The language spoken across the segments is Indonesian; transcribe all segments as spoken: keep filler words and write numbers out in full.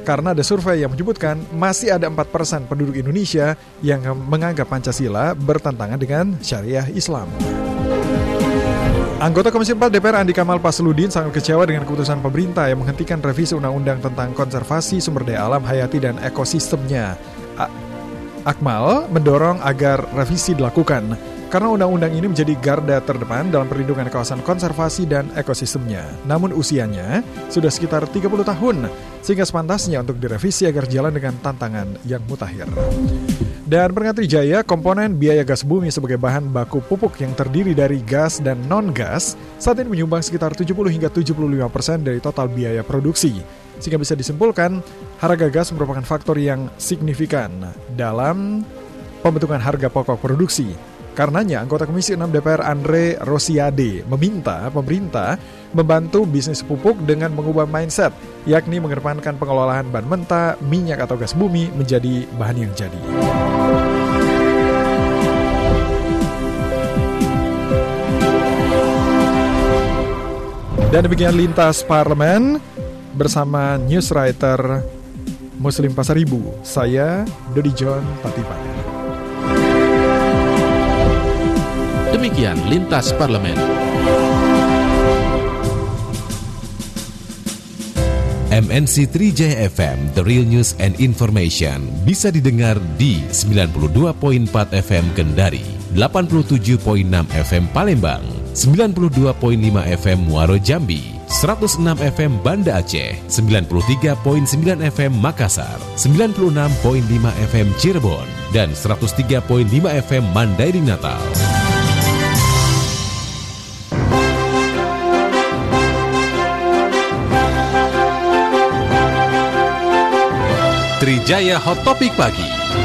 Karena ada survei yang menyebutkan masih ada empat persen penduduk Indonesia yang menganggap Pancasila bertentangan dengan syariah Islam. Anggota Komisi empat D P R Andi Kamal Pasludin sangat kecewa dengan keputusan pemerintah yang menghentikan revisi Undang-Undang tentang konservasi sumber daya alam hayati dan ekosistemnya. A- Akmal mendorong agar revisi dilakukan karena undang-undang ini menjadi garda terdepan dalam perlindungan kawasan konservasi dan ekosistemnya. Namun usianya sudah sekitar tiga puluh tahun, sehingga sepantasnya untuk direvisi agar jalan dengan tantangan yang mutakhir. Dan peringkat Trijaya, komponen biaya gas bumi sebagai bahan baku pupuk yang terdiri dari gas dan non-gas saat ini menyumbang sekitar tujuh puluh hingga tujuh puluh lima persen dari total biaya produksi. Sehingga bisa disimpulkan, harga gas merupakan faktor yang signifikan dalam pembentukan harga pokok produksi. Karenanya, anggota Komisi enam D P R Andre Rosiade meminta pemerintah membantu bisnis pupuk dengan mengubah mindset, yakni mengedepankan pengelolaan bahan mentah, minyak atau gas bumi menjadi bahan yang jadi. Dan demikian Lintas Parlemen bersama newswriter Muslim Pasaribu. Saya Dodi John Patipan. Demikian Lintas Parlemen. M N C Trijaya F M, The Real News and Information, bisa didengar di sembilan puluh dua koma empat F M Kendari, delapan puluh tujuh koma enam F M Palembang, sembilan puluh dua koma lima F M Muaro Jambi, seratus enam F M Banda Aceh, sembilan puluh tiga koma sembilan F M Makassar, sembilan puluh enam koma lima F M Cirebon, dan seratus tiga koma lima F M Mandailing Natal. Trijaya Hot Topic Pagi.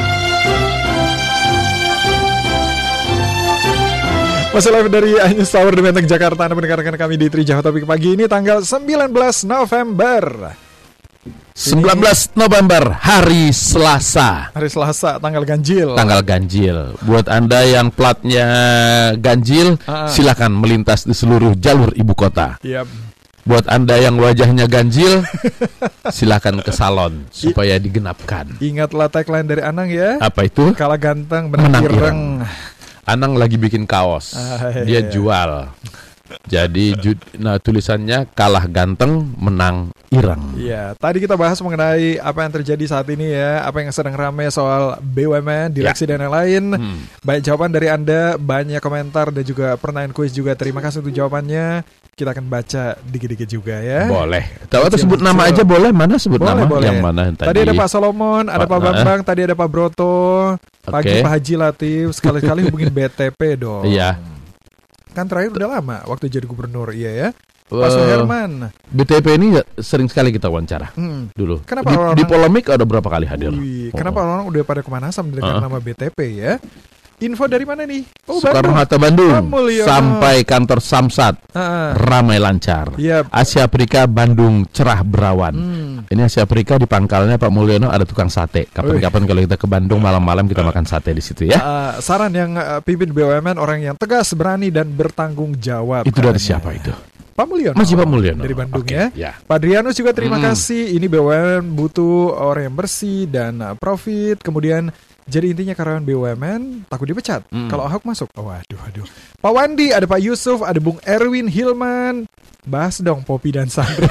Masih live dari iNews Tower di Menteng, Jakarta. Anda mendengarkan kami di Trijaya Hot Topic Pagi ini tanggal sembilan belas November. sembilan belas November, hari Selasa. Hari Selasa, tanggal ganjil. Tanggal ganjil. Buat Anda yang platnya ganjil, Ah. silakan melintas di seluruh jalur ibu kota. Yap. Buat Anda yang wajahnya ganjil, silakan ke salon supaya digenapkan. Ingatlah tagline dari Anang ya. Apa itu? Kalah ganteng, menang Menang ireng. ireng. Anang lagi bikin kaos. Ah, Dia iya. jual. Jadi ju- nah tulisannya kalah ganteng, menang ireng. Iya, tadi kita bahas mengenai apa yang terjadi saat ini ya, apa yang sedang ramai soal B U M N, direksi Ya. dan lain-lain. Hmm. Banyak jawaban dari Anda, banyak komentar dan juga pertanyaan kuis juga. Terima kasih untuk jawabannya. Kita akan baca dikit-dikit juga ya. Boleh. Tahu atau Yang sebut nama muncul. aja boleh? Mana sebut Boleh, nama? boleh. Yang mana tadi? Tadi ada Pak Solomon, ada Pak- Pak nah. Bambang, tadi ada Pak Broto, pagi Oke. Pak Haji Latif. Sekali-kali hubungin B T P dong. Iya. Kan terakhir udah lama waktu jadi gubernur, iya ya. Pak Eh, Suherman. B T P ini sering sekali kita wawancara Hmm. dulu. Kenapa Di, orang-orang- di polemik ada berapa kali hadir? Wih, Oh. kenapa orang udah pada kemanasan mendengar Uh-uh. nama B T P ya? Info dari mana nih? Oh, Soekarno Bandung. Hatta Bandung Pak Mulyono. sampai kantor Samsat Ah, ramai lancar. Iya. Asia Afrika Bandung cerah berawan. Hmm. Ini Asia Afrika di pangkalnya Pak Mulyono ada tukang sate. Kapan-kapan kalau kita ke Bandung malam-malam kita makan sate di situ ya. Ah, saran yang ah, pimpin B U M N orang yang tegas, berani dan bertanggung jawab. Itu dari katanya. siapa itu? Pak Mulyono. Masih Pak Mulyono. Dari Bandung Oke, ya. ya. Pak Adrianus juga terima Hmm. kasih. Ini B U M N butuh orang yang bersih dan ah, profit. Kemudian jadi intinya karyawan B U M N takut dipecat Hmm. kalau Ahok masuk. Oh, waduh, waduh. Pak Wandi, ada Pak Yusuf, ada Bung Erwin Hilman. Bahas dong Popi dan Sandra.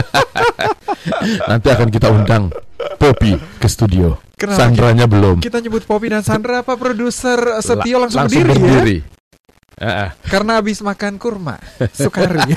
Nanti akan kita undang Popi ke studio. Kenapa Sandranya belum. Kita nyebut Popi dan Sandra, apa produser Setio La- langsung, berdiri, ya? berdiri. Ah, ah. Karena habis makan kurma Sukari.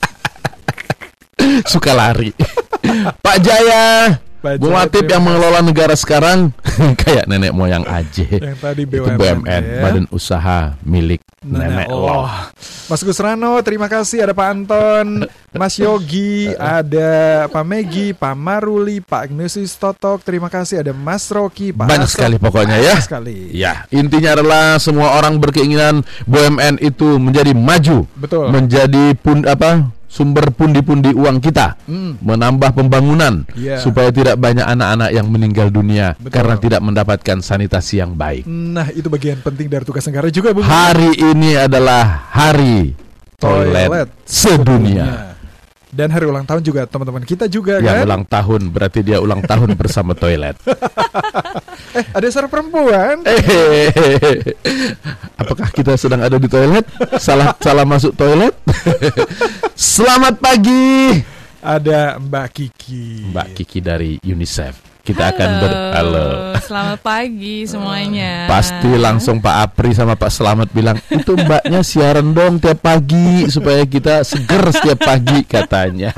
Suka lari. Pak Jaya, Pak Bung Jaya, Latif terima yang kasih. mengelola negara sekarang kayak nenek moyang aja. Yang tadi B U Itu M N, B U M N, ya. Badan Usaha Milik Nenek Nenek Loh. Loh. Mas Gusrano, terima kasih. Ada Pak Anton, Mas Yogi, ada Pak Megi, Pak Maruli, Pak Agnusius Totok. Terima kasih. Ada Mas Rocky, Pak Banyak Asok. sekali pokoknya ya. Banyak sekali. Ya, intinya adalah semua orang berkeinginan B U M N itu menjadi maju, Betul. menjadi pun apa sumber pundi-pundi uang kita, Hmm. menambah pembangunan Iya. supaya tidak banyak anak-anak yang meninggal dunia Betul. karena tidak mendapatkan sanitasi yang baik. Nah, itu bagian penting dari tugas negara juga, Bung. Hari ini adalah hari toilet, Toilet sedunia. Dan hari ulang tahun juga teman-teman kita juga Yang kan. ulang tahun berarti dia ulang tahun bersama toilet. Eh, ada suara perempuan. Eh, apakah kita sedang ada di toilet? Salah salah masuk toilet? Selamat pagi. Ada Mbak Kiki. Mbak Kiki dari UNICEF. Kita Halo, akan ber halo. Selamat pagi semuanya. Pasti langsung Pak Apri sama Pak Selamat bilang, itu mbaknya siaran dong tiap pagi supaya kita seger setiap pagi katanya.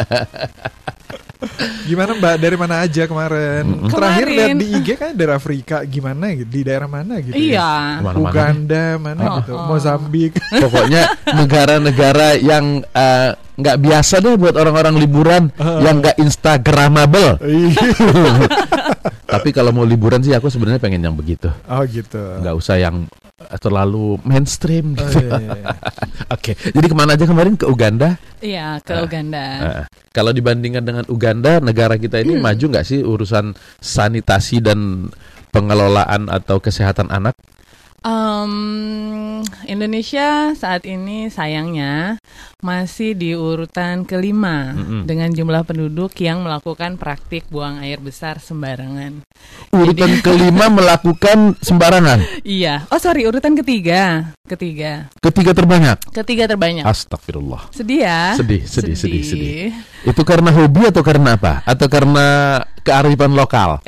Gimana Mbak, dari mana aja kemarin? Mm-mm. Terakhir Kemarin. lihat di I G kan dari Afrika, gimana gitu? Di daerah mana gitu? Iya. Ya? Mana-mana. Uganda mana Oh, gitu? oh. Mozambik. Pokoknya negara-negara yang eh, nggak biasa deh buat orang-orang liburan, yang nggak instagramable. Tapi kalau mau liburan sih aku sebenarnya pengen yang begitu. Oh gitu. Nggak usah yang terlalu mainstream Oh, gitu. iya, iya. Oke, jadi kemana aja kemarin? Ke Uganda? Iya, ke Ah. Uganda. Nah, kalau dibandingkan dengan Uganda, negara kita ini maju nggak sih urusan sanitasi dan pengelolaan atau kesehatan anak? Em, Indonesia saat ini sayangnya masih di urutan kelima Mm-mm. dengan jumlah penduduk yang melakukan praktik buang air besar sembarangan. Urutan kelima melakukan sembarangan, Iya. Oh sorry, urutan ketiga. Ketiga. ketiga terbanyak. Ketiga terbanyak. Astagfirullah. Sedih ya? Sedih, sedih, sedih, sedih. Itu karena hobi atau karena apa? Atau karena kearifan lokal?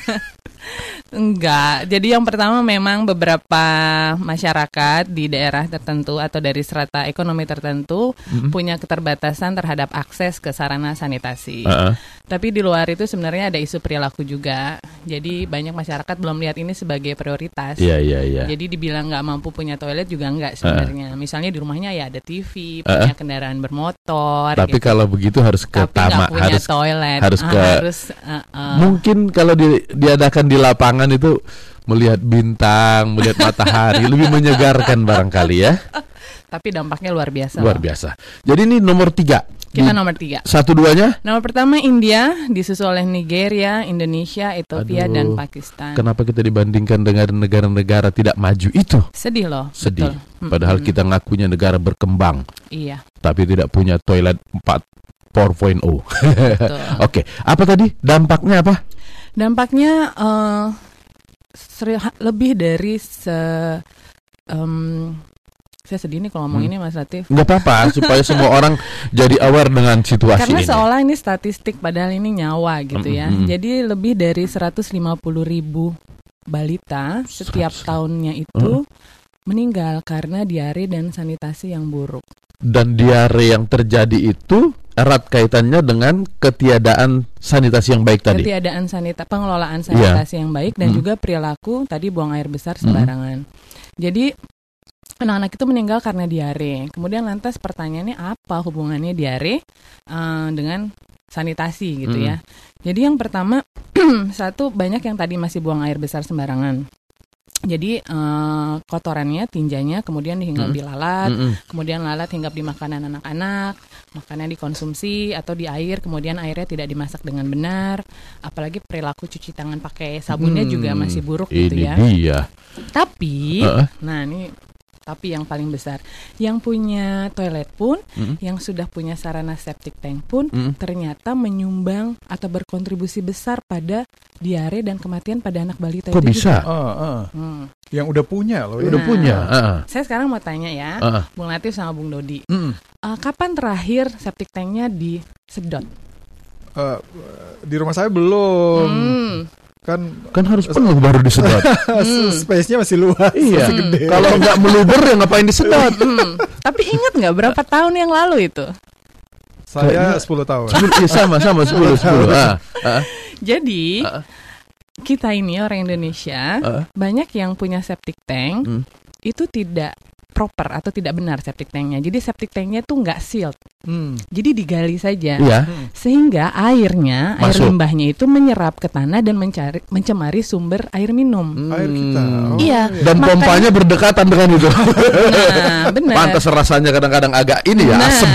Enggak. Jadi yang pertama memang beberapa masyarakat di daerah tertentu atau dari strata ekonomi tertentu Mm-mm. punya keterbatasan terhadap akses ke sarana sanitasi. Uh-uh. Tapi di luar itu sebenarnya ada isu perilaku juga. Jadi banyak masyarakat belum lihat ini sebagai prioritas. Iya, iya, iya. Jadi dibilang nggak mampu punya toilet juga nggak sebenarnya. Misalnya di rumahnya ya ada T V, punya kendaraan bermotor. Tapi gitu. kalau begitu harus ke Tapi nggak taman, punya harus toilet. harus Ah, ke harus, uh, uh. mungkin kalau di, diadakan di lapangan itu melihat bintang, melihat matahari lebih menyegarkan barangkali ya. Tapi dampaknya luar biasa. Luar loh. biasa. Jadi ini nomor tiga. Kita Di- nomor tiga. Satu duanya. Nomor pertama India, disusul oleh Nigeria, Indonesia, Ethiopia, Aduh, dan Pakistan. Kenapa kita dibandingkan dengan negara-negara tidak maju itu? Sedih loh. Sedih. Betul. Padahal Mm-mm. kita ngakunya negara berkembang, Iya, tapi tidak punya toilet empat titik nol. betul. Oke, apa tadi? Dampaknya apa? Dampaknya eh, seri- ha- lebih dari se em, saya sedih nih kalau ngomong Hmm. ini Mas Latif. Nggak apa-apa, supaya semua orang jadi aware dengan situasi Karena ini. seolah ini statistik padahal ini nyawa gitu ya. Mm-mm. Jadi lebih dari seratus lima puluh ribu balita setiap seratus. tahunnya itu meninggal karena diare dan sanitasi yang buruk. Dan diare yang terjadi itu erat kaitannya dengan ketiadaan sanitasi yang baik tadi. Ketiadaan sanita pengelolaan sanitasi yang baik dan Mm. juga perilaku tadi buang air besar sembarangan. Jadi anak-anak itu meninggal karena diare. Kemudian lantas pertanyaannya apa hubungannya diare eh, dengan sanitasi gitu Mm. ya. Jadi yang pertama satu banyak yang tadi masih buang air besar sembarangan. Jadi eh, kotorannya, tinjanya kemudian hinggap Mm. di lalat, Mm-mm. kemudian lalat hinggap di makanan anak-anak, makanan dikonsumsi atau di air, kemudian airnya tidak dimasak dengan benar, apalagi perilaku cuci tangan pakai sabunnya Hmm, juga masih buruk gitu ini ya. dia. Tapi, Heeh. nah ini tapi yang paling besar, yang punya toilet pun, Mm. yang sudah punya sarana septic tank pun, Mm. ternyata menyumbang atau berkontribusi besar pada diare dan kematian pada anak balita Kok itu bisa? juga. Oh, oh. Hmm. Yang udah punya loh. ya. Udah Nah. punya. Heeh. Saya sekarang mau tanya ya, Heeh. Bung Latif sama Bung Dodi. Mm. Uh, kapan terakhir septic tanknya disedot? Eh, di rumah saya belum. Hmm. Kan Kan harus penuh baru disedot. space-nya masih luas, Iya. masih gede. Kalau nggak meluber ya ngapain disedot? Hmm. Tapi ingat nggak berapa tahun yang lalu itu? Saya Kayaknya- sepuluh tahun. Iya, sama sama sepuluh sepuluh. Ah, ah, Jadi Ah. kita ini orang Indonesia ah. banyak yang punya septic tank Hmm. itu tidak proper atau tidak benar septic tanknya. Jadi septic tanknya tuh nggak sealed. Hmm. Jadi digali saja. Iya. Sehingga airnya, air Masuk. limbahnya itu menyerap ke tanah dan mencari, mencemari sumber air minum. Air kita. Oh, Iya. Dan Makanya- pompanya berdekatan dengan itu. Nah, benar. Pantas rasanya kadang-kadang agak ini ya Nah. asem.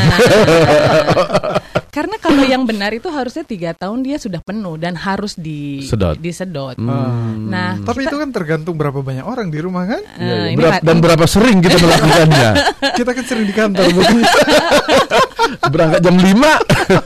Karena kalau yang benar itu harusnya tiga tahun dia sudah penuh dan harus di Sedot. disedot. Hmm. Nah, Tapi kita- itu kan tergantung berapa banyak orang di rumah kan. eh, ini Berap- Pak- dan berapa sering kita melakukannya? Kita kan sering di kantor. Bu. Berangkat jam lima.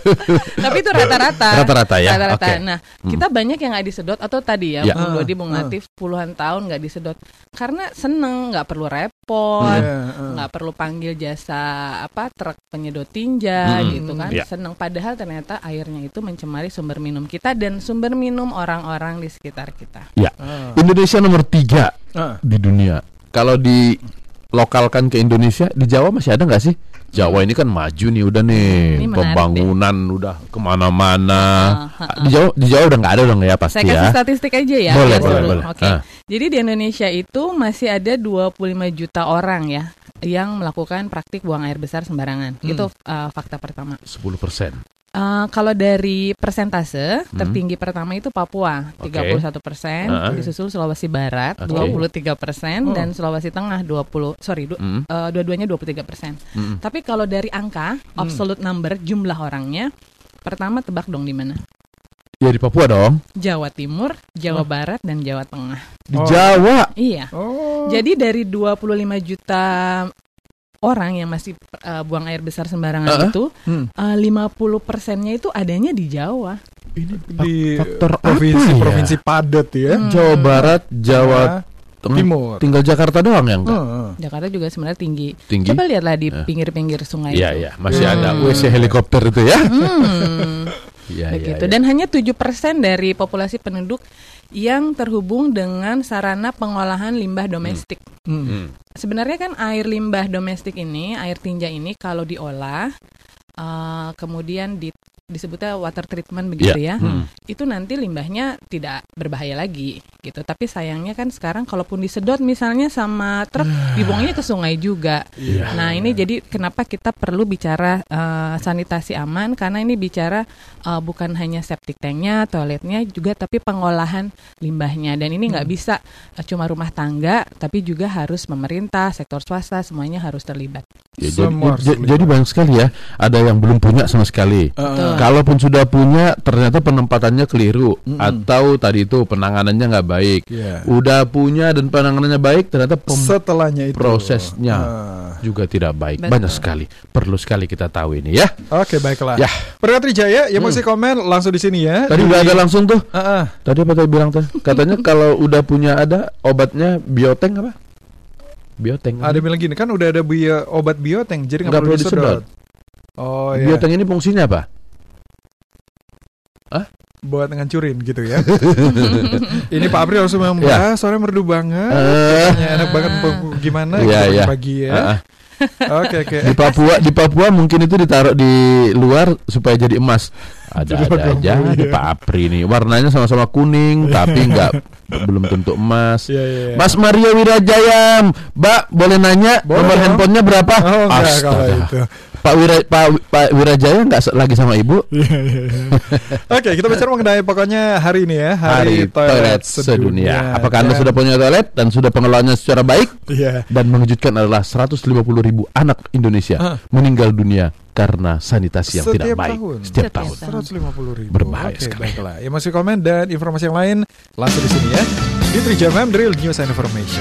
Tapi itu rata-rata. Rata-rata ya. Rata-rata. Oke. Nah, kita banyak yang nggak disedot atau tadi ya, Ya. Bung Dodi, Bung Ah, ah. Latif puluhan tahun nggak disedot karena seneng, nggak perlu repot, Iya, ah. nggak perlu panggil jasa apa truk penyedot tinja Hmm, gitu kan. ya. Seneng, padahal ternyata airnya itu mencemari sumber minum kita dan sumber minum orang-orang di sekitar kita. Ya. Ah. Indonesia nomor tiga Ah. di dunia. Kalau dilokalkan ke Indonesia, di Jawa masih ada nggak sih? Jawa ini kan maju nih, udah nih Ini menarik pembangunan udah kemana-mana. Ah, ah, ah. Di Jawa, di Jawa udah nggak ada dong ya pasti Saya kasih ya. statistik aja ya. Boleh, biar boleh, seru. boleh. Oke. Ah. Jadi di Indonesia itu masih ada dua puluh lima juta orang ya yang melakukan praktik buang air besar sembarangan. Hmm. Itu uh, fakta pertama. sepuluh persen. Uh, kalau dari persentase, Hmm. tertinggi pertama itu Papua, Oke. tiga puluh satu persen, Uh-uh. disusul Sulawesi Barat, Oke. dua puluh tiga persen, Oh. dan Sulawesi Tengah dua puluh, sorry, du- Mm. uh, dua-duanya dua puluh tiga persen. Mm. Tapi kalau dari angka, absolute number, jumlah orangnya, pertama tebak dong di mana? Ya di Papua dong. Jawa Timur, Jawa Barat, dan Jawa Tengah. Di Oh. Jawa. Iya. Oh. Jadi dari dua puluh lima juta orang yang masih uh, buang air besar sembarangan Uh-uh. itu, Hmm. uh, lima puluh persennya itu adanya di Jawa. Ini di faktor apa provinsi ya? provinsi padat ya. Hmm. Jawa Barat, Jawa Tengah, Tengah, Timur. tinggal Jakarta doang yang enggak. Heeh. Jakarta juga sebenarnya tinggi. Tinggi. Coba lihatlah di Eh. pinggir-pinggir sungai Iya, itu. iya, masih Hmm. ada W C helikopter itu ya. Hmm. Iya, iya. Begitu. iya. Dan hanya tujuh persen dari populasi penduduk yang terhubung dengan sarana pengolahan limbah domestik. Hmm. Hmm. Sebenarnya kan air limbah domestik ini, air tinja ini kalau diolah uh, kemudian di, disebutnya water treatment begitu Iya. ya. Hmm. Itu nanti limbahnya tidak berbahaya lagi gitu. Tapi sayangnya kan sekarang kalaupun disedot misalnya sama truk dibuangnya ke sungai juga. Iya. Nah, ini jadi kenapa kita perlu bicara uh, sanitasi aman, karena ini bicara uh, bukan hanya septic tanknya, toiletnya juga, tapi pengolahan limbahnya. Dan ini nggak bisa uh, cuma rumah tangga, tapi juga harus pemerintah, sektor swasta, semuanya harus terlibat. Ya, jadi, Semua harus j- terlibat. jadi banyak sekali ya. Ada yang belum punya sama sekali. Heeh. Kalaupun sudah punya, ternyata penempatannya keliru atau tadi itu penanganannya nggak baik. Iya. Udah punya dan penanganannya baik, ternyata pem- Setelahnya itu prosesnya Ah. juga tidak baik. Betul. Banyak sekali. Perlu sekali kita tahu ini ya. Oke, baiklah. Ya. Pendengar Trijaya, yang masih komen langsung di sini ya. Tadi Di- udah ada langsung tuh. Ah, ah. Tadi apa tadi bilang tuh? Katanya kalau udah punya ada obatnya bioteng apa? Bioteng. Ada bilang gini, kan udah ada bio, obat bioteng, jadi nggak Nggak perlu perlu disedot. disedot. Oh iya. Bioteng ini fungsinya apa? Buat ngancurin gitu ya. Ini Pak Apri langsung membahas, soalnya merdu banget. Eh. Kayaknya enak banget pe- gimana Iya, gitu iya. pagi ya. Ah, ah. Oke, oke. Di Papua, di Papua mungkin itu ditaruh di luar supaya jadi emas. Ada-ada Logam aja mulia. di Pak Apri nih. Warnanya sama-sama kuning, tapi nggak belum tentu emas. Iya, iya, iya. Mas Mario Wirajaya, Mbak boleh nanya Boleh nomor dong. handphonenya berapa? Oh, enggak kalau Astaga. itu. Pak Wira, Pak, Pak Wirajaya nggak se- lagi sama Ibu? Oke, kita bicara mengenai pokoknya hari ini ya, Hari Toilet Sedunia. Apakah Anda Dan- sudah punya toilet dan sudah pengelolaannya secara baik? Iya. Dan mengejutkan adalah seratus lima puluh ribu anak Indonesia Ah. meninggal dunia karena sanitasi yang tidak Setiap baik tahun. setiap Setiap tahun. tahun. seratus lima puluh ribu. Berbahaya Oke, sekali. baiklah. Ya masih komen dan informasi yang lain langsung di sini ya. Di Trijaya F M, The Real News and Information.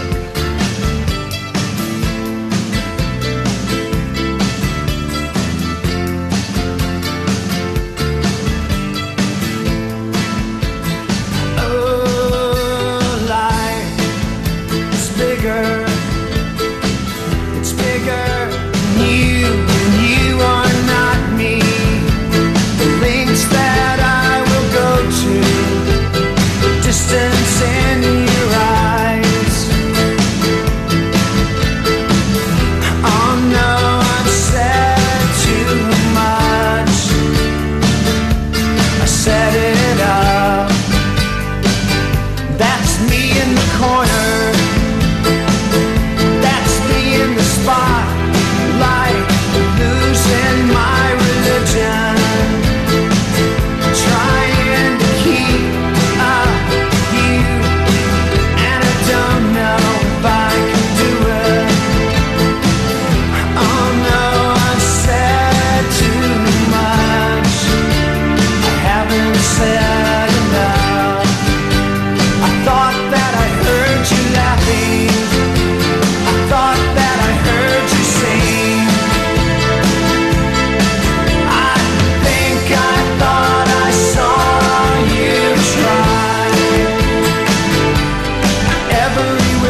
Oh, life is bigger. It's bigger than you, and you are not me. The lengths that I will go to, the distance in your eyes.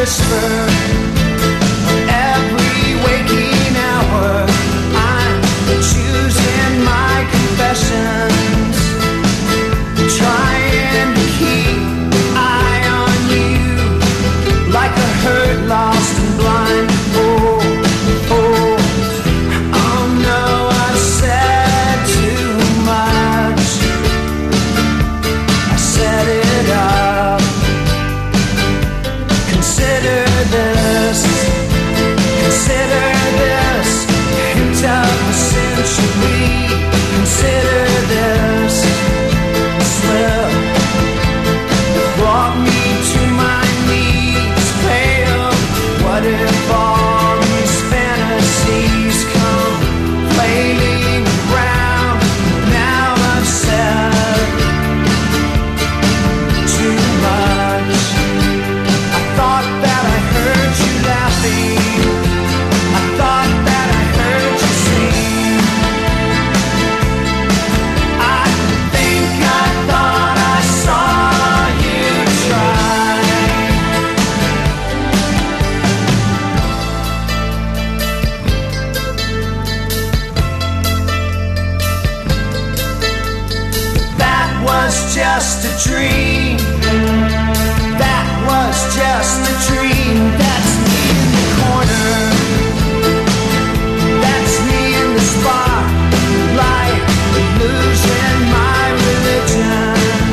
whisper every waking hour. I'm choosing my confessions, trying to keep an eye on you like a hurt, lost and blind. Oh, oh, oh no, I said too much. I set it up. Consider this, consider this, hint of a century. Consider this slip that brought me to my knees, pale. What if all these fantasies come flailing around? Now I've said too much. I thought that I heard you laughing. I thought that I heard you sing. I think I thought I saw you try. That was just a dream. That was just a dream. That's me in the corner. That's me in the spotlight, losing my religion,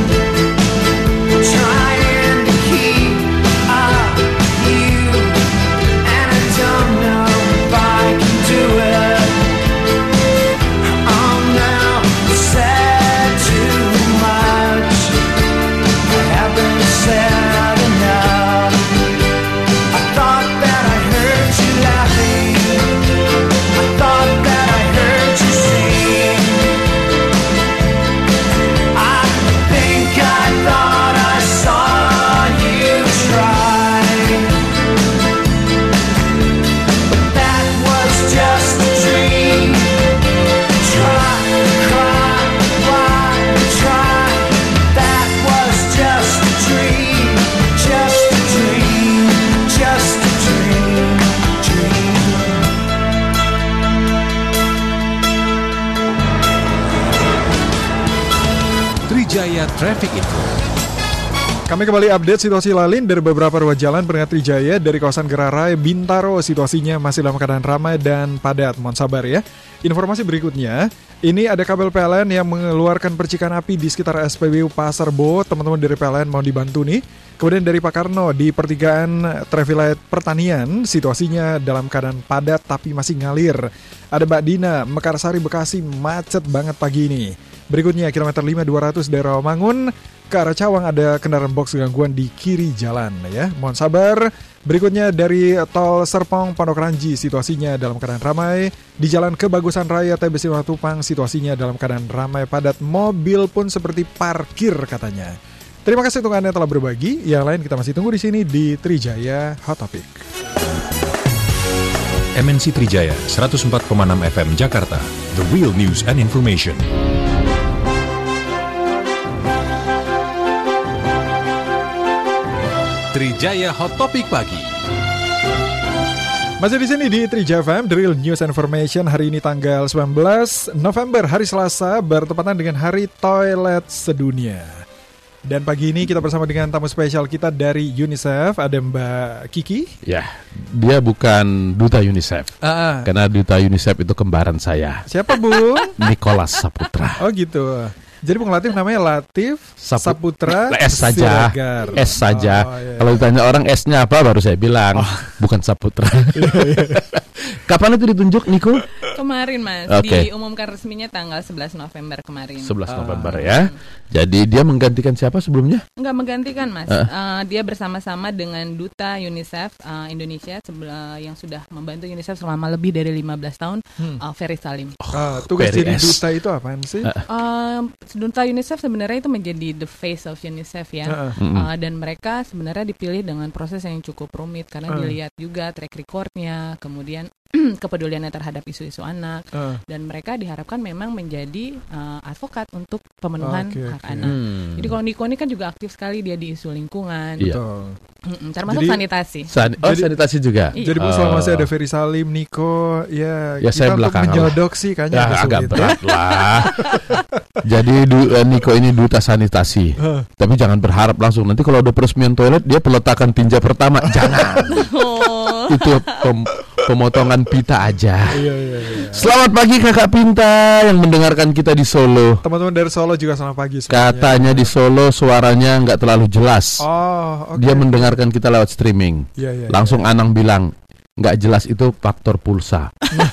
trying to keep up with you, and I don't know if I can do it. Oh no, I said too much. I haven't said enough. I thought that I heard you laughing. I thought that I heard you sing. I think I thought I saw you try. But that was just a dream. Try, cry, why, try. That was just a dream. Just a dream. Just a dream. Dream. Trijaya Traffic Info. Kami kembali update situasi lalin dari beberapa ruas jalan Peringkat Trijaya dari kawasan Gerarai, Bintaro. Situasinya masih dalam keadaan ramai dan padat. Mohon sabar ya. Informasi berikutnya, ini ada kabel P L N yang mengeluarkan percikan api di sekitar S P B U Pasar Bo. Teman-teman dari P L N mau dibantu nih. Kemudian dari Pak Karno di pertigaan Traffic Pertanian, situasinya dalam keadaan padat tapi masih ngalir. Ada Mbak Dina, Mekarsari, Bekasi, macet banget pagi ini. Berikutnya kilometer lima dua ratus dari Rawamangun ke arah Cawang ada kendaraan box gangguan di kiri jalan ya. Mohon sabar. Berikutnya dari tol Serpong Pondok Ranji, situasinya dalam keadaan ramai. Di jalan Kebagusan Raya T B C Matupang, situasinya dalam keadaan ramai padat. Mobil pun seperti parkir katanya. Terima kasih untuk Anda yang telah berbagi. Yang lain kita masih tunggu di sini di Trijaya Hot Topic. M N C Trijaya seratus empat koma enam F M Jakarta, The Real News and Information. Trijaya Hot Topic Pagi. Masih di sini di Trijaya F M, The Real News and Information. Hari ini tanggal sembilan belas November, hari Selasa, bertepatan dengan Hari Toilet Sedunia. Dan pagi ini kita bersama dengan tamu spesial kita dari UNICEF, ada Mbak Kiki. Ya, dia bukan duta UNICEF. Ah, Karena duta UNICEF itu kembaran saya, siapa Bu? Nicholas Saputra. Oh gitu. Jadi Bung Latif namanya Latif Sapu- Saputra S saja, Siregar. S saja. Oh, iya. Kalau ditanya orang S-nya apa, baru saya bilang bukan Saputra. Kapan itu ditunjuk, Niko? Kemarin Mas, Oke. diumumkan resminya tanggal sebelas November kemarin. sebelas November ya. Jadi dia menggantikan siapa sebelumnya? Enggak menggantikan Mas, Uh. Eh, dia bersama-sama dengan Duta UNICEF eh, Indonesia sebel- yang sudah membantu UNICEF selama lebih dari lima belas tahun, eh, Ferry Salim. Ah, tugas Very jadi S. duta itu apaan sih? Uh. Eh, Duta UNICEF sebenarnya itu menjadi the face of UNICEF ya. Heeh. Mm-mm. Uh, dan mereka sebenarnya dipilih dengan proses yang cukup rumit karena Uh. dilihat juga track recordnya, kemudian kepeduliannya terhadap isu-isu anak, Uh. dan mereka diharapkan memang menjadi uh, advokat untuk pemenuhan Oke, hak oke. anak. Hmm. Jadi kalau Niko ini kan juga aktif sekali dia di isu lingkungan, Iya. Betul. Mm-mm, termasuk Jadi- sanitasi. San- oh Jadi- sanitasi juga. Iya. Jadi Bu, Oh. selama masih ada Ferry Salim, Niko, ya, Ya, saya kita untuk belakangan menyodok sih kayaknya Ya, agak agak sulit. berat lah. Jadi du- eh, Niko ini duta sanitasi. Huh. Tapi jangan berharap langsung. Nanti kalau ada peresmian toilet, dia peletakan tinja pertama. Jangan. Oh. Itu pem- pemotongan pita aja. Iya, iya, iya. Selamat pagi Kakak Pinta yang mendengarkan kita di Solo. Teman-teman dari Solo juga selamat pagi semuanya. Katanya di Solo suaranya nggak terlalu jelas. Oh, oke. Dia mendengarkan kita lewat streaming. Iya, iya, Langsung Anang bilang, nggak jelas itu faktor pulsa. iya.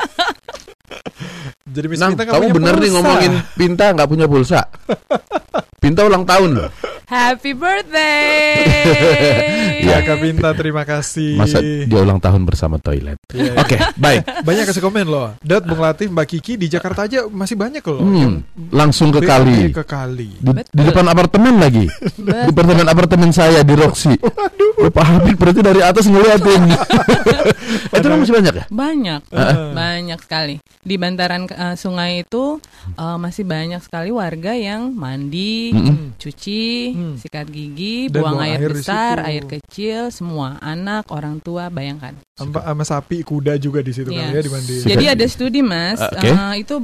Jadi Miss Nang, Pinta nggak kamu punya bener nih pulsa. ngomongin Pinta nggak punya pulsa. Pinta ulang tahun loh. Happy birthday. Iya Kak Pinta, terima kasih. Masa dia ulang tahun bersama toilet. Iya, iya. Oke, baik. Banyak kasih komen loh. Dat, Bung Latif, Mbak Kiki di Jakarta aja masih banyak loh. Hmm, langsung ke B M W kali. Ke kali. Di, Betul. di depan apartemen lagi. Di Betul. apartemen apartemen saya di Roxy. Oh, Pak Habib berarti dari atas ngeliatin. Itu kan masih banyak ya? Banyak, Uh. banyak sekali. Di bantaran uh, sungai itu uh, masih banyak sekali warga yang mandi, Mm-mm. cuci, Hmm. sikat gigi, Dan buang buang air air di besar, situ. air kecil, semua anak, orang tua, bayangkan. Sama, sama sapi, kuda juga di situ Iya. kali ya dimandiin. Jadi ada studi Mas, Uh, oke. uh, itu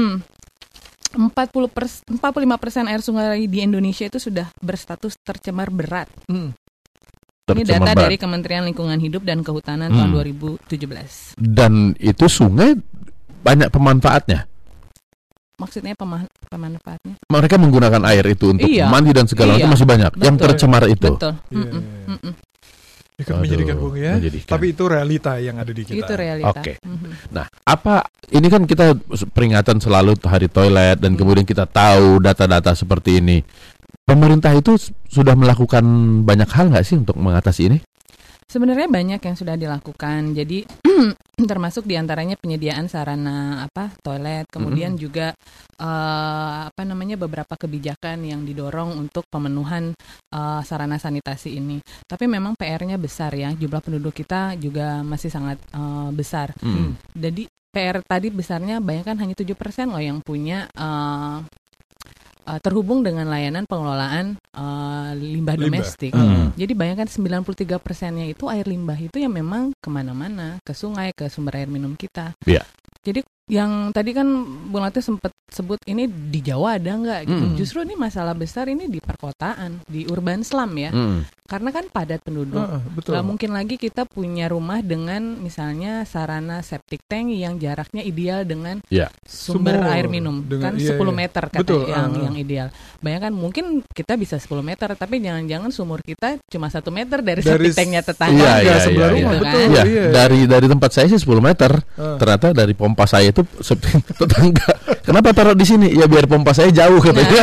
empat puluh persen, empat puluh lima persen air sungai di Indonesia itu sudah berstatus tercemar berat. Hmm. Ini Tercemar data berat. dari Kementerian Lingkungan Hidup dan Kehutanan Hmm. tahun dua ribu tujuh belas. Dan itu sungai banyak pemanfaatnya. Maksudnya pema- pemanfaatnya? Mereka menggunakan air itu untuk Iya. mandi dan segala Iya. macam masih banyak. Yang Betul. tercemar itu. Betul. Iya, Mm-mm, iya, iya. mm-mm. Ikut Aduh, menjadikan Bung ya. menjadikan. Tapi itu realita yang ada di kita. Itu realita. Oke. Mhm. Nah, apa ini kan kita peringatan selalu hari toilet dan kemudian kita tahu data-data seperti ini. Pemerintah itu s- sudah melakukan banyak hal nggak sih untuk mengatasi ini? Sebenarnya banyak yang sudah dilakukan. Jadi termasuk diantaranya penyediaan sarana apa toilet, kemudian juga eh, apa namanya beberapa kebijakan yang didorong untuk pemenuhan eh, sarana sanitasi ini. Tapi memang P R-nya besar ya. Jumlah penduduk kita juga masih sangat eh, besar. Hmm. Jadi P R tadi besarnya bayangkan hanya tujuh persen loh yang punya eh, eh, terhubung dengan layanan pengelolaan eh, limbah, Limbah. domestik. Hmm. Jadi bayangkan sembilan puluh tiga persennya itu air limbah itu yang memang kemana-mana, ke sungai, ke sumber air minum kita. Iya. Jadi yang tadi kan Bung Latif sempat sebut ini di Jawa ada nggak gitu. Mm. Justru ini masalah besar ini di perkotaan, di urban slum ya. Hmm. Karena kan padat penduduk. Heeh, betul. Nggak mungkin lagi kita punya rumah dengan misalnya sarana septic tank yang jaraknya ideal dengan Ya. sumber Sumur. air minum. Dengan- Kan iya, sepuluh iya. meter kata Betul, yang ah, ah. yang ideal. Bayangkan mungkin kita bisa sepuluh meter tapi jangan-jangan sumur kita cuma satu meter dari, Dari septic tanknya s- tetangga. Iya, Tetangga iya, sebelah iya, rumah, iya. betul. Iya, Iya. dari dari tempat saya sih sepuluh meter. Ah. Ternyata dari pompa saya itu septic tetangga. Kenapa taruh di sini? Ya biar pompa saya jauh katanya.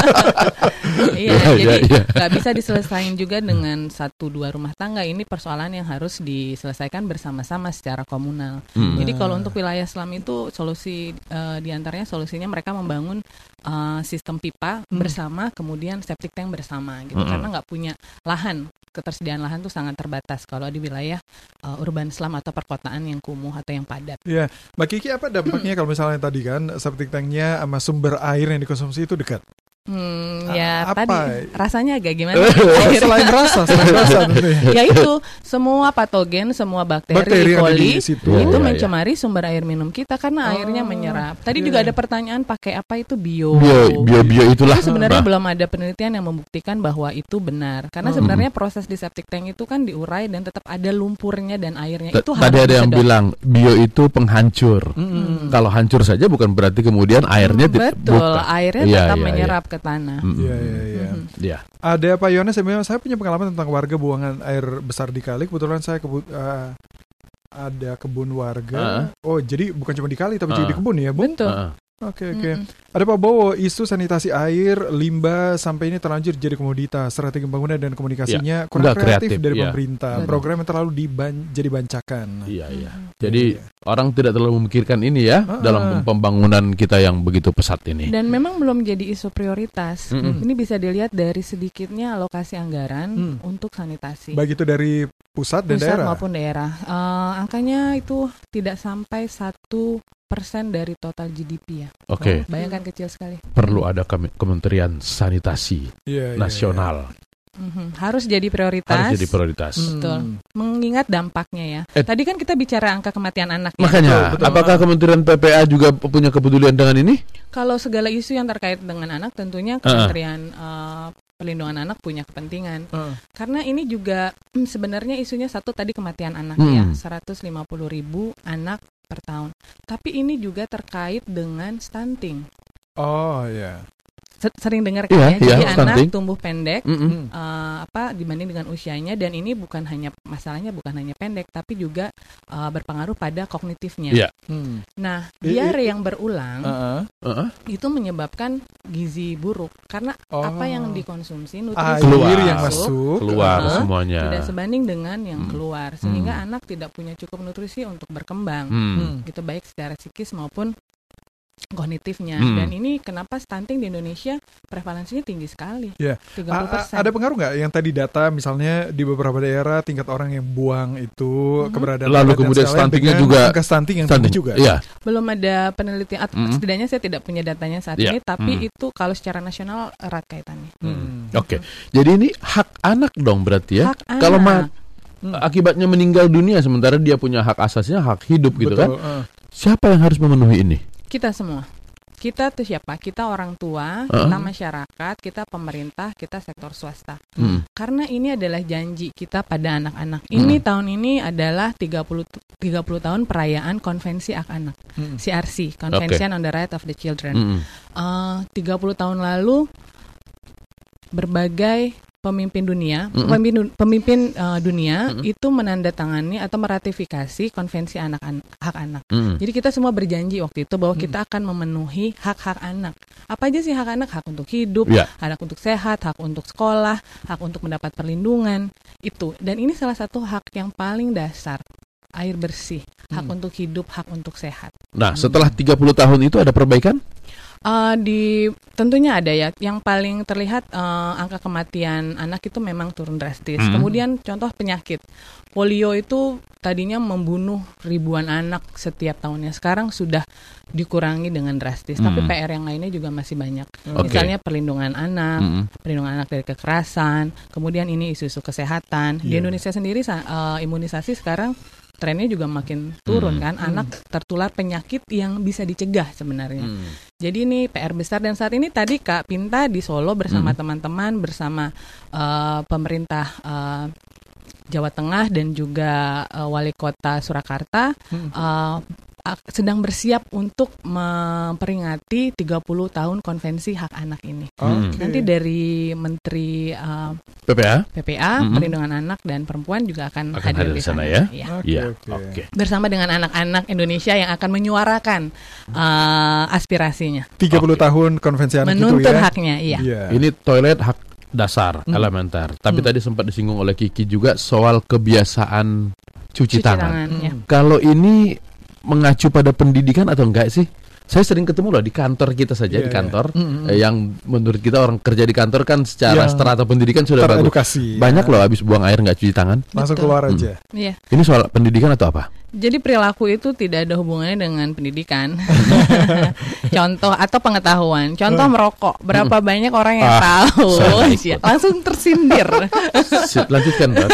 Iya, Iya, jadi iya, iya. nggak bisa diselesain juga dengan satu dua rumah tangga. Ini persoalan yang harus diselesaikan bersama-sama secara komunal. Hmm. Jadi kalau untuk wilayah slum itu solusi eh, diantaranya solusinya mereka membangun eh, sistem pipa bersama, kemudian septic tank bersama gitu. Hmm. Karena nggak punya lahan, ketersediaan lahan tuh sangat terbatas kalau di wilayah eh, urban slum atau perkotaan yang kumuh atau yang padat. Iya, Mbak Kiki apa dampaknya kalau misalnya tadi kan septic tanknya sama sumber air yang dikonsumsi itu dekat? Hmm, A- ya apa? tadi rasanya agak gimana? Selain rasa, selain rasa tentunya. Ya itu semua patogen, semua bakteri, Bakteri yang ada E. coli di situ. Iya, itu iya, mencemari sumber air minum kita karena Oh, airnya menyerap. Tadi iya. juga ada pertanyaan pakai apa itu bio. Bio bio bio itulah. Itu sebenarnya Nah, belum ada penelitian yang membuktikan bahwa itu benar. Karena Hmm. sebenarnya proses di septic tank itu kan diurai dan tetap ada lumpurnya dan airnya. t- Itu tadi harus ada yang disedot. bilang bio itu penghancur. Hmm. Kalau hancur saja bukan berarti kemudian airnya tidak Betul, bukan. airnya Iya, tetap iya, menyerap ke tanah. Mm, Iya, iya, iya. Mhm. Iya. Ada Pak Yones, saya, saya punya pengalaman tentang warga buangan air besar di kali. Kebetulan saya kebun, eh, ada kebun warga. Oh, jadi bukan cuma di kali, tapi juga Ah. di kebun ya, Bung? Betul. Heeh. Oke, oke. Mm-mm. Ada Pak Bowo, isu sanitasi air, limbah sampai ini terlanjur jadi komoditas. Strategi pembangunan dan komunikasinya kurang Nggak kreatif, kreatif, dari iya. pemerintah. Betul. Program yang terlalu diban- jadi bancakan. Iya, iya. Iya, Jadi iya. orang tidak terlalu memikirkan ini ya Ah, dalam ah. pembangunan kita yang begitu pesat ini. Dan memang belum jadi isu prioritas. Mm-mm. Ini bisa dilihat dari sedikitnya alokasi anggaran Hmm. untuk sanitasi. Baik itu dari pusat dan pusat daerah. maupun daerah. Uh, angkanya itu tidak sampai satu persen dari total G D P ya. Oke. Oh, bayangkan kecil sekali. Perlu ada kem- Kementerian Sanitasi Iya, iya, Nasional. Mhm. Harus jadi prioritas. Harus jadi prioritas. iya. Betul. Hmm. Mengingat dampaknya ya. Eh. Tadi kan kita bicara angka kematian anak ya. Makanya, Betul, betul. apakah Kementerian P P A juga punya kepedulian dengan ini? Kalau segala isu yang terkait dengan anak, tentunya Kementerian uh, Perlindungan Anak punya kepentingan. Uh. Karena ini juga hmm, sebenarnya isunya satu tadi kematian anak Hmm. ya, seratus lima puluh ribu anak per tahun. Tapi ini juga terkait dengan stunting. Oh ya. Se- Sering dengar Iya, kan ya, iya, jadi stunting. anak tumbuh pendek. Mm-mm. Uh, apa dibanding dengan usianya, dan ini bukan hanya masalahnya bukan hanya pendek tapi juga uh, berpengaruh pada kognitifnya. Iya. Hmm. Nah, I- diare i- yang berulang Uh-uh. Uh-uh. itu menyebabkan gizi buruk karena Oh. apa yang dikonsumsi Air nutrisi Keluar. yang masuk. Keluar Uh-huh. semuanya. tidak sebanding dengan yang Hmm. keluar, sehingga Hmm. anak tidak punya cukup nutrisi untuk berkembang, Hmm. gitu baik secara psikis maupun kognitifnya. Hmm. Dan ini kenapa stunting di Indonesia prevalensinya tinggi sekali, Ya. tiga A- puluh a- persen. ada pengaruh nggak yang tadi data misalnya di beberapa daerah tingkat orang yang buang itu Mhm. keberadaan Lalu toilet dan kemudian segala stuntingnya dengan juga- angka stunting yang Stunting. tinggi juga. Iya. Belum ada penelitian, at- Hmm. setidaknya saya tidak punya datanya saat Ya. ini, tapi Hmm. itu kalau secara nasional erat kaitannya. Hmm. Oke. Jadi ini hak anak dong berarti ya. Hak anak. Kalau ma- Hmm. akibatnya meninggal dunia sementara dia punya hak asasinya hak hidup gitu kan. Betul. uh. Siapa yang harus memenuhi ini? Kita semua. Kita tuh siapa? Kita orang tua, Uh-huh. kita masyarakat, kita pemerintah, kita sektor swasta. Hmm. Karena ini adalah janji kita pada anak-anak. Ini Hmm. tahun ini adalah tiga puluh tiga puluh tahun perayaan Konvensi Hak Anak, Hmm. C R C, Convention on the Right of the Children. Hmm. Uh, tiga puluh tahun lalu berbagai pemimpin dunia, Mm-mm. pemimpin du- pemimpin uh, dunia Mm-mm. itu menandatangani atau meratifikasi Konvensi anak an- hak anak. Hmm. Jadi kita semua berjanji waktu itu bahwa Hmm. kita akan memenuhi hak-hak anak. Apa aja sih hak anak? Hak untuk hidup, Ya. hak untuk sehat, hak untuk sekolah, hak untuk mendapat perlindungan, itu. Dan ini salah satu hak yang paling dasar, air bersih, hak Hmm. untuk hidup, hak untuk sehat. Nah, setelah tiga puluh tahun itu ada perbaikan? Uh, di tentunya ada ya. Yang paling terlihat uh, angka kematian anak itu memang turun drastis. Hmm. Kemudian contoh penyakit polio itu tadinya membunuh ribuan anak setiap tahunnya. Sekarang sudah dikurangi dengan drastis. Tapi Hmm. P R yang lainnya juga masih banyak. Oke. Misalnya perlindungan anak, Hmm. perlindungan anak dari kekerasan. Kemudian ini isu-isu kesehatan. Di Iya. Indonesia sendiri sa- uh, imunisasi sekarang trennya juga makin turun Hmm. kan. Anak tertular penyakit yang bisa dicegah sebenarnya. Hmm. Jadi ini P R besar, dan saat ini tadi Kak Pinta di Solo bersama Hmm. teman-teman, bersama uh, pemerintah uh, Jawa Tengah dan juga uh, Wali Kota Surakarta Hmm. uh, ak- sedang bersiap untuk memperingati tiga puluh tahun Konvensi Hak Anak ini. Hmm. Oke. Nanti dari Menteri uh, P P A P P A, Hmm. Perlindungan Anak dan Perempuan juga akan, Akan hadir di sana ya? Iya. Oke, Iya. oke. Oke. Bersama dengan anak-anak Indonesia yang akan menyuarakan uh, aspirasinya, tiga puluh Oke. tahun konvensi anak itu menuntut ya. haknya, iya. Iya. Ini toilet hak dasar Hmm. elementer. Tapi Hmm. tadi sempat disinggung oleh Kiki juga soal kebiasaan cuci, Cuci tangan. tangan, ya. Hmm. Kalau ini mengacu pada pendidikan atau enggak sih? Saya sering ketemu loh di kantor kita saja, Iya, di kantor iya. Hmm, hmm. eh, yang menurut kita orang kerja di kantor kan secara Yang strata pendidikan sudah bagus. Teredukasi. Banyak ya. loh habis buang air nggak cuci tangan. Langsung Betul. keluar Hmm. aja. Iya. Ini soal pendidikan atau apa? Jadi perilaku itu tidak ada hubungannya dengan pendidikan. Contoh atau pengetahuan. Contoh merokok. Berapa banyak orang yang Ah, tahu? saya Iya, langsung tersindir. Si- Lanjutkan, Pak.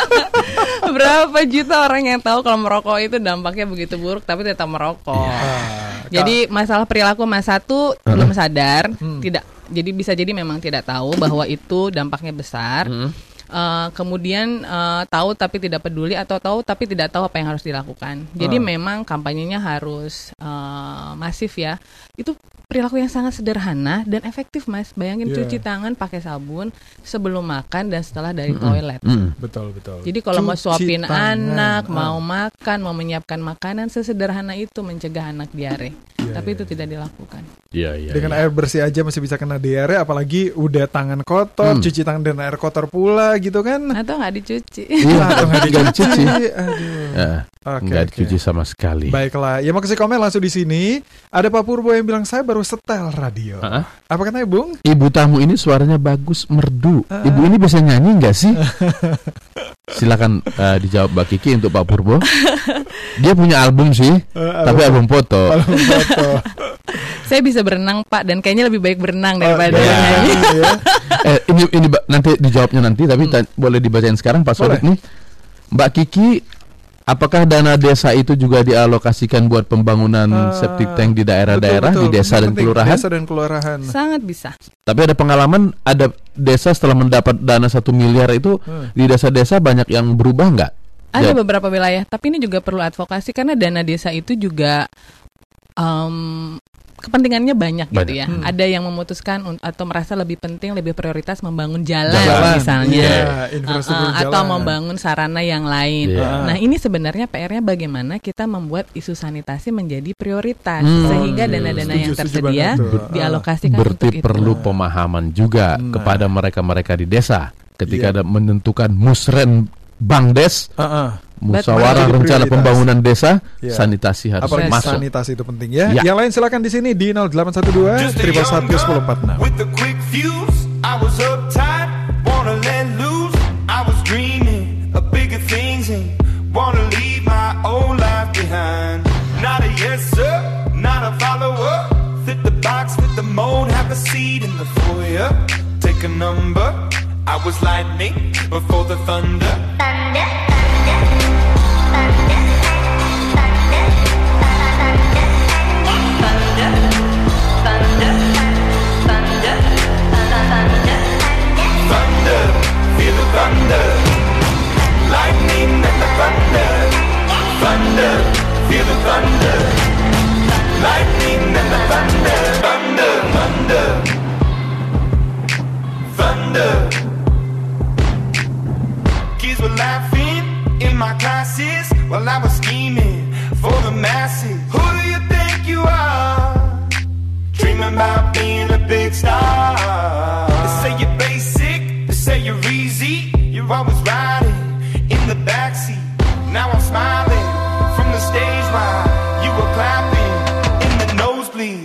Berapa juta orang yang tahu kalau merokok itu dampaknya begitu buruk tapi tetap merokok. Ah, Jadi masalah perilaku mas satu belum sadar, Hmm. tidak. Jadi bisa jadi memang tidak tahu bahwa itu dampaknya besar. Hmm. Uh, kemudian uh, tahu tapi tidak peduli, atau tahu tapi tidak tahu apa yang harus dilakukan. Jadi Ah. memang kampanyenya harus uh, masif ya. Itu perilaku yang sangat sederhana dan efektif, Mas. Bayangin Yeah. cuci tangan pakai sabun sebelum makan dan setelah dari Mm-mm. toilet. Mm. betul betul. Jadi kalau mau Cuci suapin tangan. anak, Ah. mau makan, mau menyiapkan makanan, sesederhana itu mencegah anak diare. Iya, Tapi iya, itu iya. tidak dilakukan. Iya, iya. Dengan iya. air bersih aja masih bisa kena diare, apalagi udah tangan kotor, Hmm. cuci tangan dengan air kotor pula gitu kan. Atau nggak dicuci. Iya, Atau nggak nggak dicuci. Aduh. Ya, Oke, nggak oke. dicuci sama sekali. Baiklah, ya mau kasih komen langsung di sini. Ada Pak Purbo yang bilang saya baru setel radio. Ah. Apa katanya, Bung? Ibu tamu ini suaranya bagus, merdu. Ah. Ibu ini bisa nyanyi nggak sih? Silakan uh, dijawab Mbak Kiki untuk Pak Purbo. Dia punya album sih, Uh, tapi album foto. Album foto. Saya bisa berenang Pak, dan kayaknya lebih baik berenang daripada iya. bernyanyi. Iya. eh, ini ini Mbak, nanti dijawabnya nanti, tapi ta- boleh dibacain sekarang Pak Sodik Boleh. nih. Mbak Kiki, apakah dana desa itu juga dialokasikan buat pembangunan Ah, septic tank di daerah-daerah, Betul, di betul. desa dan Penting, kelurahan? Desa dan kelurahan. Sangat bisa. Tapi ada pengalaman, ada desa setelah mendapat dana satu miliar itu, Hmm. di desa-desa banyak yang berubah nggak? Ada Ya. beberapa wilayah, tapi ini juga perlu advokasi karena dana desa itu juga um, kepentingannya banyak, gitu Banyak. ya. Hmm. Ada yang memutuskan un- atau merasa lebih penting, lebih prioritas membangun jalan, Jalan, misalnya. iya, infrastruktur Uh-uh, atau jalan. membangun sarana yang lain. Iya. Nah, ini sebenarnya P R-nya bagaimana kita membuat isu sanitasi menjadi prioritas Hmm. sehingga Iya. dana-dana Setuju, yang setuju tersedia banget tuh. dialokasikan Berarti untuk itu. perlu pemahaman juga Nah. kepada mereka-mereka di desa ketika Iya. ada menentukan musren Bangdes, Uh-uh. musyawarah Betul. rencana Prioritas. pembangunan desa, Iya. sanitasi harus Apalagi masuk. sanitasi itu penting ya. Ya. Yang lain silakan di sini di nol delapan satu dua Just a triple young satu gun sepuluh empat enam. with a quick fuse. I was uptight, wanna let loose. I was dreaming of bigger things and wanna leave my old life behind. Not a yes sir, not a follower. Fit the box, fit the mold, have a seat in the foyer. Take a number. I was lightning before the thunder. Thunder, feel the thunder. Lightning and the thunder. Thunder, feel the thunder. Lightning and the thunder. Thunder, thunder. Thunder. Kids were laughing in my classes while I was scheming for the masses. Who do you think you are? Dreaming about being a big star. They say you're basic, they say you're easy. You're always riding in the backseat. Now I'm smiling from the stage while you were clapping in the nosebleeds.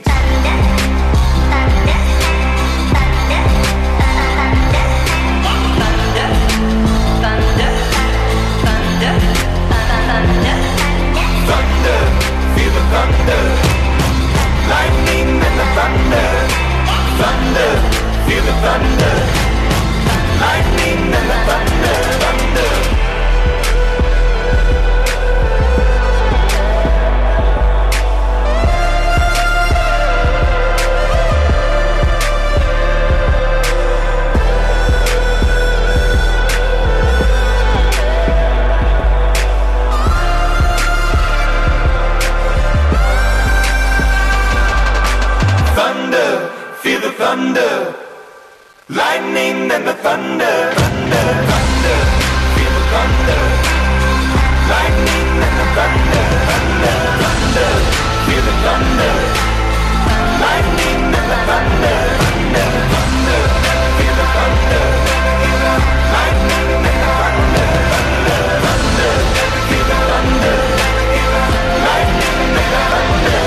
Thunder, feel the thunder. Lightning and the thunder. Thunder, feel the thunder. Lightning and the thunder. Thunder. Thunder, feel the thunder. Lightning and the thunder. Thunder, thunder, feel the thunder. Lightning and the thunder. Thunder, thunder, feel the thunder. Lightning and the thunder. Thunder, thunder, feel the thunder. Lightning and the thunder. Thunder, thunder, feel the thunder. Lightning and the thunder.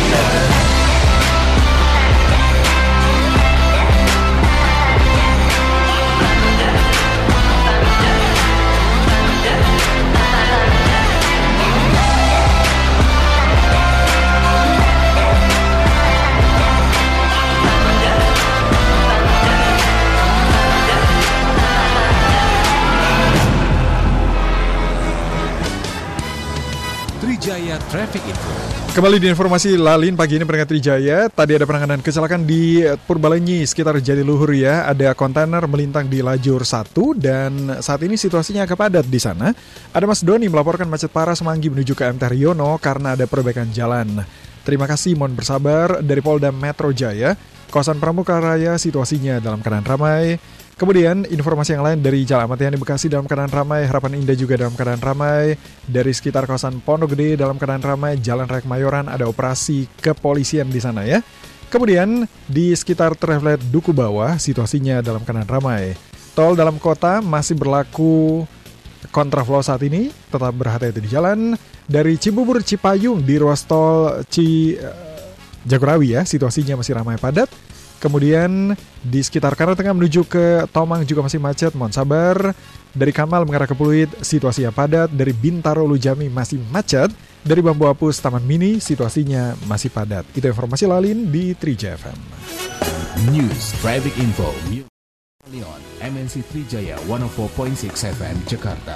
Trijaya Traffic Info. Kembali di informasi Lalin pagi ini peringkat Trijaya. Tadi ada penanganan kecelakaan di Purbalenyi sekitar Jatiluhur ya. Ada kontainer melintang di lajur satu dan saat ini situasinya agak padat di sana. Ada Mas Doni melaporkan macet parah Semanggi menuju ke M T Haryono karena ada perbaikan jalan. Terima kasih, mohon bersabar dari Polda Metro Jaya. Kawasan Pramuka Raya situasinya dalam keadaan ramai. Kemudian informasi yang lain dari Jalan Ahmad Yani Bekasi dalam keadaan ramai, Harapan Indah juga dalam keadaan ramai, dari sekitar kawasan Pondok Gede dalam keadaan ramai, Jalan Raya Kemayoran ada operasi kepolisian di sana ya. Kemudian di sekitar Traflet Duku Bawah situasinya dalam keadaan ramai. Tol dalam kota masih berlaku kontraflow saat ini, tetap berhati-hati di jalan. Dari Cibubur Cipayung di ruas tol Ci Jagorawi ya, situasinya masih ramai padat. Kemudian di sekitar Karangtengah menuju ke Tomang juga masih macet, mohon sabar. Dari Kamal mengarah ke Pluit situasinya padat. Dari Bintaro Lujami masih macet. Dari Bambu Apus Taman Mini situasinya masih padat. Itu informasi lalin di Trijaya F M. News Traffic Info Leon M N C Trijaya seratus empat koma enam F M Jakarta.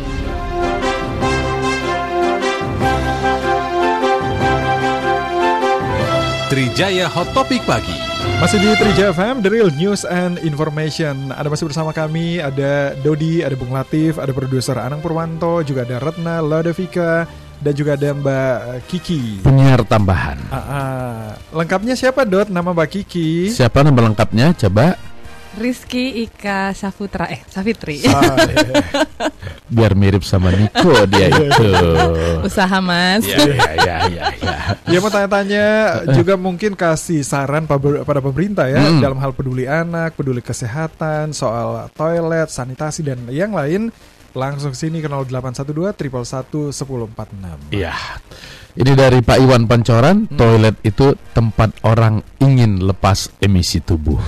Trijaya Hot Topic Pagi. Masih di Trijaya F M, The Real News and Information. Ada masih bersama kami, ada Dodi, ada Bung Latif, ada produser Anang Purwanto, juga ada Retna Ladovika, dan juga ada Mbak Kiki. Penyiar tambahan. Ah, ah. Lengkapnya siapa, Dot? Nama Mbak Kiki? Siapa nama lengkapnya? Coba. Rizky Ika Saputra, eh Safitri. Ah, iya. Biar mirip sama Niko dia itu. Usaha mas. Ya, ya, ya, ya, ya. Ya mau tanya-tanya juga mungkin kasih saran pada pemerintah ya hmm. dalam hal peduli anak, peduli kesehatan, soal toilet, sanitasi dan yang lain. Langsung sini ke nol delapan satu dua satu satu satu satu empat enam. Iya. Ini dari Pak Iwan Pancoran, hmm. toilet itu tempat orang ingin lepas emisi tubuh.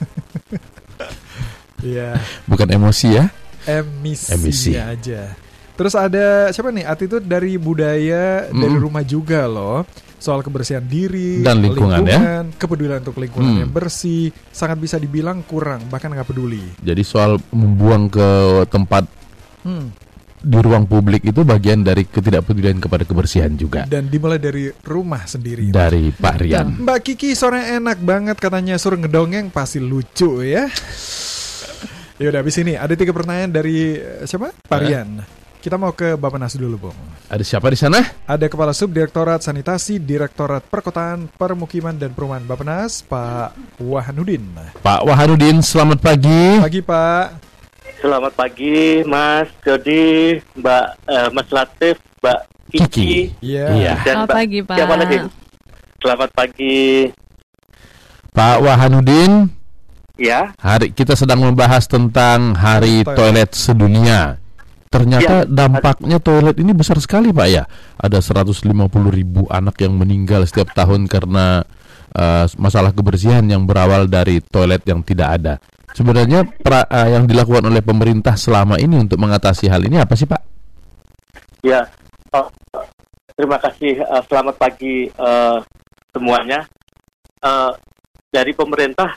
Iya. Bukan emosi ya? Emisi, emisi aja. Terus ada siapa nih? Attitude dari budaya mm. dari rumah juga loh. Soal kebersihan diri dan lingkungan, lingkungan ya. Kepedulian untuk lingkungan mm. yang bersih sangat bisa dibilang kurang, bahkan nggak peduli. Jadi soal membuang ke tempat mm. di ruang publik itu bagian dari ketidakpedulian kepada kebersihan juga. Dan dimulai dari rumah sendiri. Dari Pak Rian. Dan Mbak Kiki sore enak banget katanya, suruh ngedongeng pasti lucu ya. Ya udah, habis ini ada tiga pertanyaan dari siapa? Pak Rian. Kita mau ke Bappenas dulu, Bung. Ada siapa di sana? Ada Kepala Subdirektorat Sanitasi, Direktorat Perkotaan, Permukiman dan Perumahan Bappenas, Pak Wahanudin. Pak Wahanudin, selamat pagi. Pagi, Pak. Selamat pagi, Mas Jody, Mbak uh, Mas Latif, Mbak Kiki. Iya. Yeah. Selamat Mbak, pagi, Pak. Siapa lagi? Selamat pagi. Pak Wahanudin. Ya. Hari kita sedang membahas tentang Hari Toilet, Toilet Sedunia. Ternyata ya, dampaknya toilet ini besar sekali, Pak ya. Ada seratus lima puluh ribu anak yang meninggal setiap tahun karena uh, masalah kebersihan yang berawal dari toilet yang tidak ada. Sebenarnya pra, uh, yang dilakukan oleh pemerintah selama ini untuk mengatasi hal ini apa sih, Pak? Ya, oh, terima kasih. Uh, selamat pagi uh, semuanya. Uh, dari pemerintah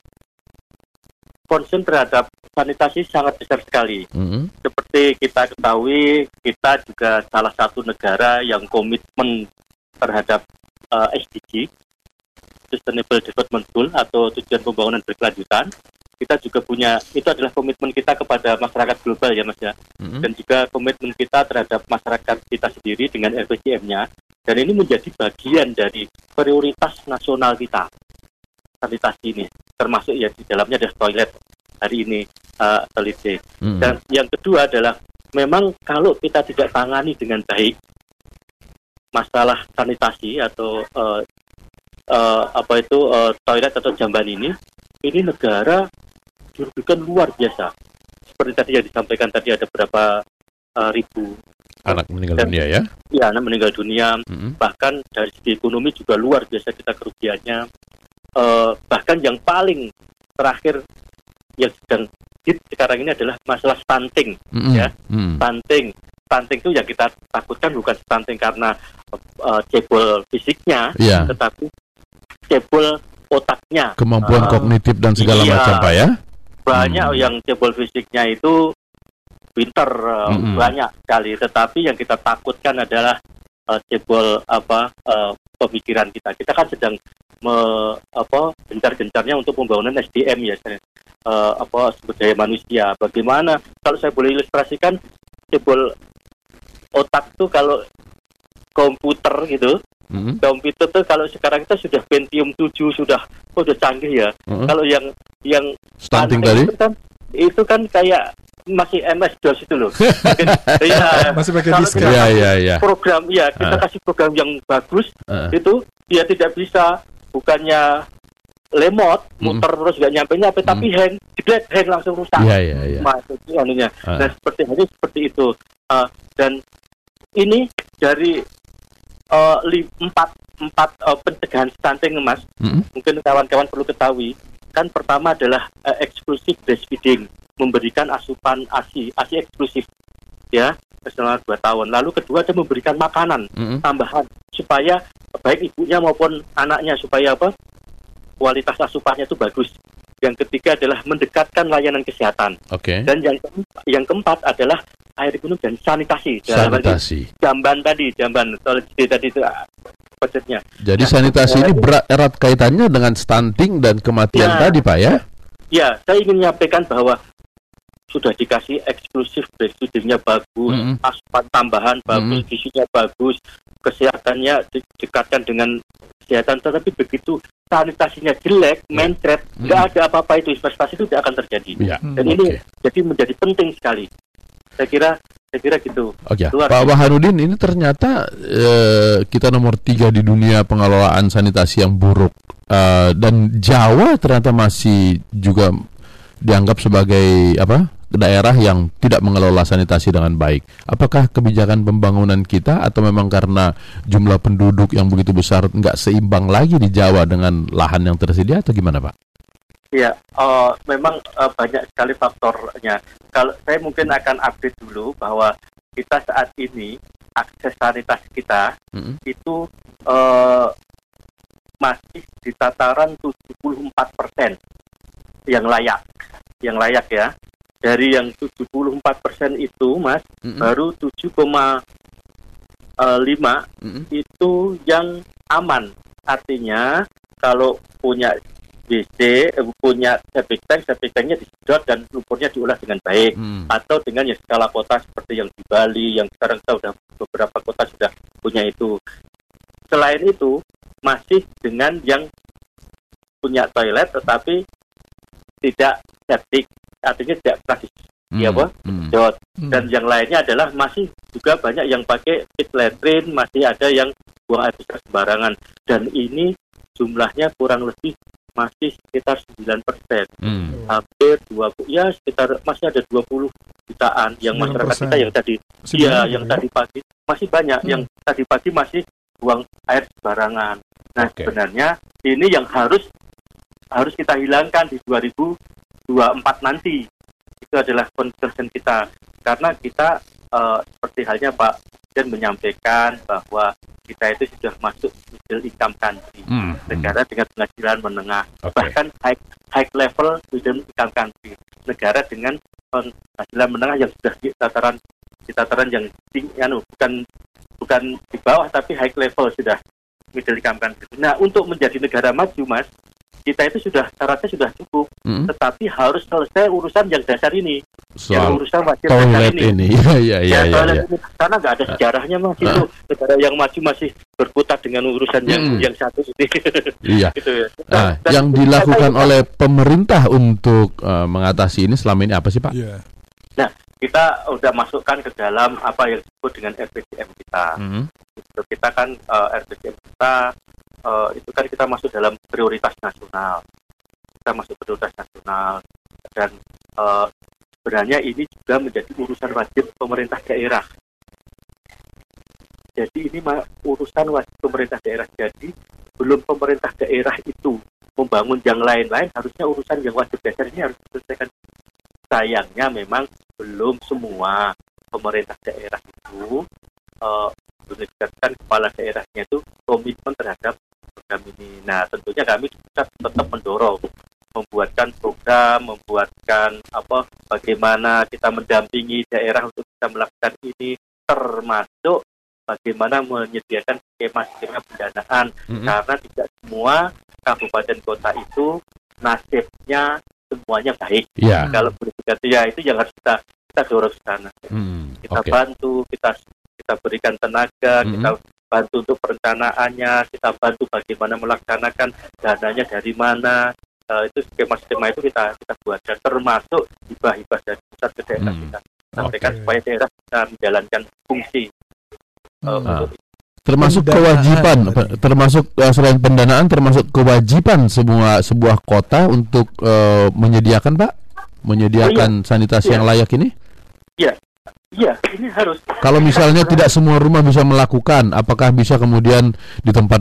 concern terhadap sanitasi sangat besar sekali. Mm-hmm. Seperti kita ketahui, kita juga salah satu negara yang komitmen terhadap uh, S D G, Sustainable Development Goal atau tujuan pembangunan berkelanjutan. Kita juga punya, itu adalah komitmen kita kepada masyarakat global ya Mas ya. Mm-hmm. Dan juga komitmen kita terhadap masyarakat kita sendiri dengan R P J M-nya. Dan ini menjadi bagian dari prioritas nasional kita. Sanitasi ini, termasuk ya di dalamnya ada toilet hari ini uh, toilet. Mm. Dan yang kedua adalah memang kalau kita tidak tangani dengan baik masalah sanitasi atau uh, uh, apa itu uh, toilet atau jamban ini, ini negara dirugikan luar biasa. Seperti tadi yang disampaikan tadi ada berapa uh, ribu anak meninggal dan, dunia ya? Ya, anak meninggal dunia. Mm. Bahkan dari segi ekonomi juga luar biasa kita kerugiannya. Uh, bahkan yang paling terakhir yang sedang hit sekarang ini adalah masalah stunting, mm-hmm. ya, mm. stunting, stunting itu yang kita takutkan bukan stunting karena uh, cebol fisiknya, yeah. tetapi cebol otaknya, kemampuan uh, kognitif dan segala iya, macam, Pak ya. Banyak mm. yang cebol fisiknya itu pinter uh, mm-hmm. banyak sekali, tetapi yang kita takutkan adalah uh, cebol apa uh, pemikiran kita. Kita kan sedang me, apa gencar-gencarnya untuk pembangunan S D M ya, uh, apa sumber daya manusia. Bagaimana kalau saya boleh ilustrasikan cebol otak tuh kalau komputer gitu, mm-hmm. komputer tuh kalau sekarang kita sudah Pentium tujuh sudah oh, sudah canggih ya. Mm-hmm. Kalau yang yang stunting tadi itu kan, itu kan kayak masih M S DOS itu loh. Ya, masih pakai disk. Ya, ya, ya. Program ya, kita uh. kasih program yang bagus uh. itu dia tidak bisa, bukannya lemot, mm. muter terus nggak nyampe-nyampe, mm. tapi hang, jebret, hang langsung rusak. Ya, ya, ya. Masuk anunya. Uh. Nah, seperti ini seperti itu. Uh, dan ini dari uh, li, empat empat uh, pencegahan stunting, Mas. Mm. Mungkin kawan-kawan perlu ketahui. kebijakan pertama adalah uh, eksklusif breastfeeding, memberikan asupan ASI, ASI eksklusif, ya, selama dua tahun. Lalu kedua adalah memberikan makanan mm-hmm. tambahan supaya baik ibunya maupun anaknya supaya apa kualitas asupannya itu bagus. Yang ketiga adalah mendekatkan layanan kesehatan. Okay. Dan yang keempat, yang keempat adalah air minum dan sanitasi. Sanitasi. Jamban tadi, jamban tadi itu budgetnya. Jadi nah, sanitasi ini berat erat kaitannya dengan stunting dan kematian ya, tadi, Pak ya? Ya, saya ingin menyampaikan bahwa sudah dikasih eksklusif, breastfeedingnya bagus, mm-hmm. asupan tambahan bagus, mm-hmm. gizinya bagus, kesehatannya didekatkan dengan kesehatan, tetapi begitu sanitasinya jelek, mencret, nggak mm-hmm. ada apa-apa itu, investasi itu tidak akan terjadi. Ya. Dan mm, ini okay. jadi menjadi penting sekali. Saya kira, saya kira gitu. Oke, okay. Pak Wahanudin, ini ternyata eh, kita nomor tiga di dunia pengelolaan sanitasi yang buruk, eh, dan Jawa ternyata masih juga dianggap sebagai apa? daerah yang tidak mengelola sanitasi dengan baik. Apakah kebijakan pembangunan kita atau memang karena jumlah penduduk yang begitu besar nggak seimbang lagi di Jawa dengan lahan yang tersedia atau gimana, Pak? Ya, uh, memang uh, banyak sekali faktornya. Kalau saya mungkin akan update dulu bahwa kita saat ini akses sanitasi kita mm-hmm. itu uh, masih di tataran tujuh puluh empat persen yang layak, yang layak ya. Dari yang tujuh puluh empat persen itu, Mas, mm-hmm. baru tujuh koma lima mm-hmm. itu yang aman. Artinya kalau punya B C, eh, punya septic tank, septic tanknya disedot dan lumpurnya diolah dengan baik. Mm. Atau dengan yang skala kota seperti yang di Bali, yang sekarang kita sudah beberapa kota sudah punya itu. Selain itu, masih dengan yang punya toilet tetapi tidak septic, artinya tidak pernah di apa hmm. dot hmm. dan yang lainnya adalah masih juga banyak yang pakai pit latrine, masih ada yang buang air besar sembarangan, dan ini jumlahnya kurang lebih masih sekitar sembilan persen, hmm. hampir dua puluh, ya sekitar masih ada dua puluh jutaan yang masyarakat kita yang tadi ya yang ya? tadi pagi masih banyak hmm. yang tadi pagi masih buang air sembarangan. Nah, okay. sebenarnya ini yang harus harus kita hilangkan di dua ribu dua puluh empat nanti. Itu adalah concern kita, karena kita uh, seperti halnya Pak Presiden menyampaikan bahwa kita itu sudah masuk middle income country, hmm. negara dengan penghasilan menengah, okay. bahkan high high level middle income country, negara dengan penghasilan menengah yang sudah di tataran di tataran yang tinggi, anu, bukan bukan di bawah tapi high level, sudah middle income country. Nah, untuk menjadi negara maju, Mas, kita itu sudah syaratnya sudah cukup, hmm. tetapi harus selesai urusan yang dasar ini, soal yang urusan wajib dasar ini. ini. ya, ya, ya, ya, ya. Ini. Karena nggak ada sejarahnya, Mas, itu negara yang maju masih berkutat dengan urusan yang hmm. yang satu ini. Iya. gitu ya. Nah, dan yang dilakukan kita, oleh pemerintah untuk uh, mengatasi ini selama ini apa sih, Pak? Yeah. Nah, kita udah masukkan ke dalam apa yang disebut dengan R P J M kita. Hmm. Itu kita kan uh, R P J M kita Uh, itu kan kita masuk dalam prioritas nasional, kita masuk prioritas nasional, dan uh, sebenarnya ini juga menjadi urusan wajib pemerintah daerah. Jadi ini ma- urusan wajib pemerintah daerah. Jadi belum pemerintah daerah itu membangun yang lain-lain, harusnya urusan yang wajib dasar ini harus diselesaikan. Sayangnya memang belum semua pemerintah daerah itu uh, menegakkan kepala daerahnya itu komitmen terhadap program ini. Nah, tentunya kami bisa tetap mendorong, membuatkan program, membuatkan apa, bagaimana kita mendampingi daerah untuk bisa melakukan ini, termasuk bagaimana menyediakan skema-skema pendanaan, mm-hmm. karena tidak semua kabupaten kota itu nasibnya semuanya baik. Yeah. Kalau boleh dikatakan, ya itu yang harus kita kita dorong ke sana. Mm, kita okay. bantu, kita kita berikan tenaga, mm-hmm. kita bantu untuk perencanaannya, kita bantu bagaimana melaksanakan, dananya dari mana, uh, itu skema-skema itu kita kita buat, dan termasuk hibah-hibah dari pusat ke daerah mm. kita sampaikan okay. supaya daerah bisa menjalankan fungsi. Mm. Uh, ah. Termasuk kewajiban, termasuk uh, selain pendanaan, termasuk kewajiban semua sebuah kota untuk uh, menyediakan, Pak, menyediakan oh, iya. sanitasi iya. yang layak ini. Iya. Iya, ini harus. Kalau misalnya tidak semua rumah bisa melakukan, apakah bisa kemudian di tempat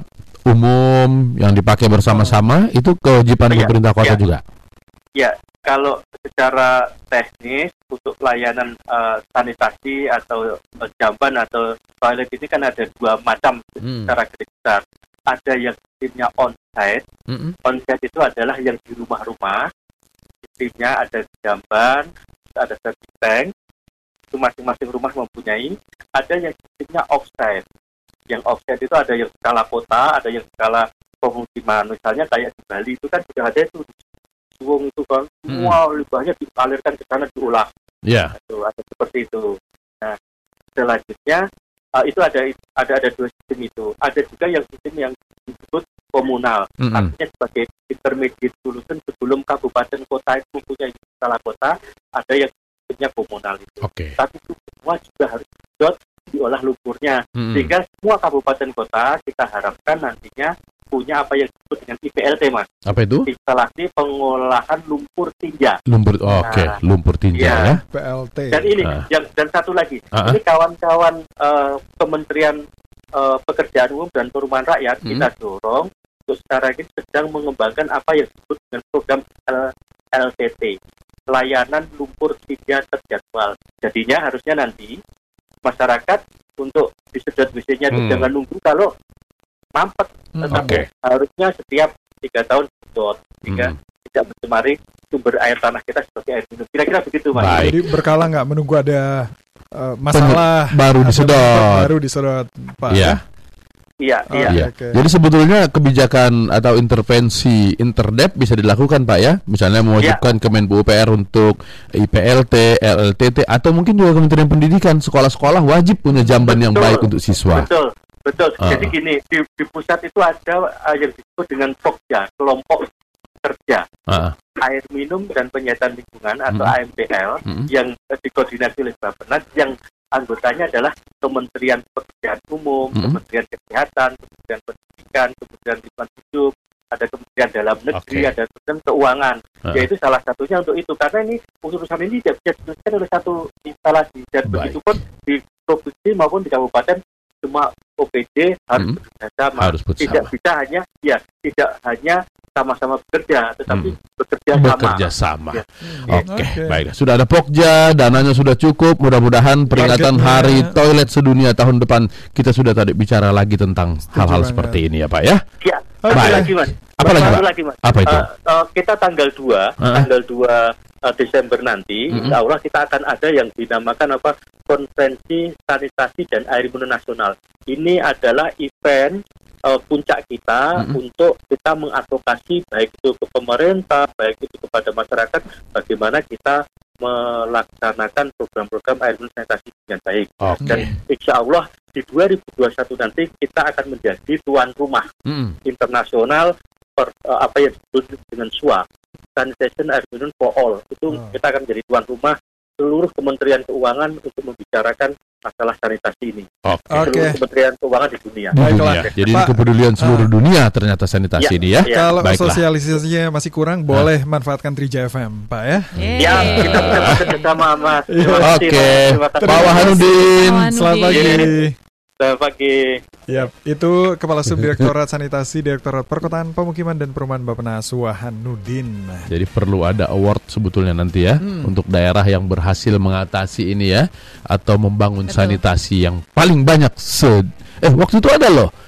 umum yang dipakai bersama-sama itu kewajiban Ya, pemerintah kota ya. juga. Ya, kalau secara teknis untuk pelayanan eh, sanitasi atau eh, jamban atau toilet ini kan ada dua macam Hmm. secara garis besar. Ada yang sistemnya on-site. Mm-mm. On-site itu adalah yang di rumah-rumah. Sistemnya ada jamban, ada service tank. Itu masing-masing rumah mempunyai. Ada yang sistemnya off-site. Yang off-site itu ada yang skala kota, ada yang skala pemukiman. Misalnya kayak di Bali itu kan sudah ada itu suwung itu kan, semua limbahnya dialirkan ke sana diolah. Ya. Itu ada seperti itu. Nah, selanjutnya uh, itu ada ada ada dua sistem itu. Ada juga yang sistem yang disebut komunal. Mm-mm. Artinya sebagai intermediate solution sebelum kabupaten kota itu mempunyai skala kota, ada yang sistemnya komunal itu. Oke. Tapi itu semua juga harus didot diolah lumpurnya. Mm-mm. Sehingga semua kabupaten kota kita harapkan nantinya punya apa yang disebut dengan I P L T, Mas. Apa itu? Instalasi pengolahan lumpur tinja. Lumpur. oh, Oke, Nah, lumpur tinja iya. ya. P L T. Dan ini Ah. yang dan satu lagi, Ah. ini kawan-kawan eh, Kementerian eh, Pekerjaan Umum dan Perumahan Rakyat Hmm. kita dorong untuk sekarang ini sedang mengembangkan apa yang disebut dengan program L- L T T, layanan lumpur tinja terjadwal. Jadinya harusnya nanti masyarakat untuk disedot W C-nya itu Hmm. jangan nunggu kalau mampet, Hmm, tetapi oke. harusnya setiap tiga tahun sedot sehingga Hmm. tidak mencemari sumber air tanah kita seperti air minum. Kira-kira begitu, Mas. Baik. Jadi berkala nggak menunggu ada uh, masalah baru ada disedot. mampet, baru disedot, Pak. Iya. Iya, Oh, iya. Iya. Oke. Jadi sebetulnya kebijakan atau intervensi interdep bisa dilakukan, Pak ya. Misalnya mewajibkan Kemenpu U P R untuk I P L T, L L T T, atau mungkin juga Kementerian Pendidikan, sekolah-sekolah wajib punya jamban yang Betul. baik untuk siswa. Betul, betul. Ah. Jadi gini, di, di pusat itu ada uh, yang disebut dengan Pokja, kelompok kerja Ah, air minum dan penyihatan lingkungan atau Mm. A M P L Mm-mm. yang uh, dikoordinasi oleh Bappenas, yang anggotanya adalah Kementerian Pekerjaan Umum, Mm. Kementerian Kesehatan, Kementerian Pendidikan, Kementerian Lingkungan Hidup, ada Kementerian Dalam Negeri, Oke. ada Kementerian Keuangan. Ah. Yaitu salah satunya untuk itu, karena ini urusan ini tidak bisa diselesaikan oleh satu instalasi, dan Baik. begitu pun di provinsi maupun di kabupaten semua O P D harus Mm. bekerjasama. Harus Tidak bersama. bisa hanya ya tidak hanya sama-sama bekerja, tetapi Mm. bekerja sama. Bekerja sama. Ya. Oke, Oke. baik. Sudah ada Pokja, dananya sudah cukup. Mudah-mudahan peringatan Targetnya- Hari Toilet Sedunia tahun depan kita sudah tadi bicara lagi tentang Setuju hal-hal banget. seperti ini ya, Pak ya. Ya, Oke. satu Baik. lagi, Mas. Apa lagi, Satu Pak? lagi, Mas. Apa itu? Eh, eh, kita tanggal dua, Ah. tanggal dua eh, Desember nanti, Mm-mm. insya Allah kita akan ada yang dinamakan apa? Konferensi Sanitasi dan Air Minum Nasional. Ini adalah event eh, puncak kita Mm-mm. untuk kita mengadvokasi baik itu ke pemerintah, baik itu kepada masyarakat, bagaimana kita melaksanakan program-program air minum sanitasi dengan baik. Oke. Dan insya Allah di dua ribu dua puluh satu nanti kita akan menjadi tuan rumah Mm-mm. internasional per, eh, apa yang disebut dengan S W A, Sanitation Air Minum for All. Itu Oh. kita akan menjadi tuan rumah seluruh Kementerian Keuangan untuk membicarakan masalah sanitasi ini. Oke. Oke. Seluruh Kementerian Keuangan di dunia. Di Baiklah. dunia. Jadi Pak. kepedulian seluruh Ah. dunia ternyata sanitasi Ya. ini ya. Ya. Kalau Baiklah. sosialisasinya masih kurang, boleh manfaatkan Trija F M, Pak ya. Yeay. Ya, kita bisa bekerja sama, Mas. Terima kasih, Oke. Mas. Terima kasih. Pak Wahanudin. Pak Selamat pagi. Selamat pagi. Yap, itu Kepala Subdirektorat Sanitasi Direktorat Perkotaan Pemukiman dan Perumahan Bappenas Wahanudin. Jadi perlu ada award sebetulnya nanti ya Hmm. untuk daerah yang berhasil mengatasi ini ya, atau membangun Betul. sanitasi yang paling banyak se eh waktu itu ada loh.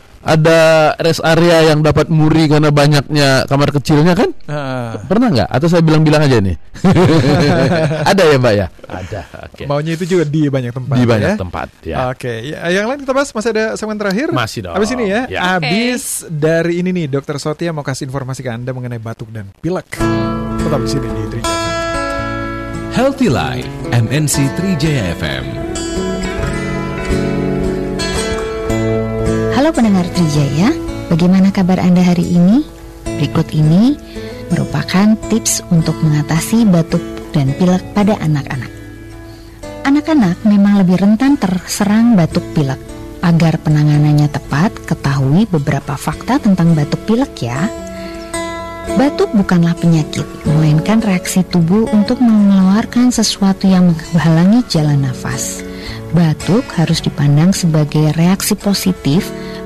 Ada rest area yang dapat muri karena banyaknya kamar kecilnya kan? Ah, Pernah nggak? Atau saya bilang-bilang aja nih? Ada ya, Mbak ya? Ada. Oke. maunya itu juga di banyak tempat. Di banyak ya? tempat ya. Oke, ya, yang lain kita bahas, masih ada segmen terakhir. Masih dong. Abis ini ya, Ya. abis dari ini nih, Dokter Sotia mau kasih informasi ke Anda mengenai batuk dan pilek. Tetap di sini di Trija. Healthy Life, M N C Trijaya F M. Halo pendengar Trijaya, bagaimana kabar Anda hari ini? Berikut ini merupakan tips untuk mengatasi batuk dan pilek pada anak-anak. Anak-anak memang lebih rentan terserang batuk pilek. Agar penanganannya tepat, ketahui beberapa fakta tentang batuk pilek ya. Batuk bukanlah penyakit, melainkan reaksi tubuh untuk mengeluarkan sesuatu yang menghalangi jalan nafas. Batuk harus dipandang sebagai reaksi positif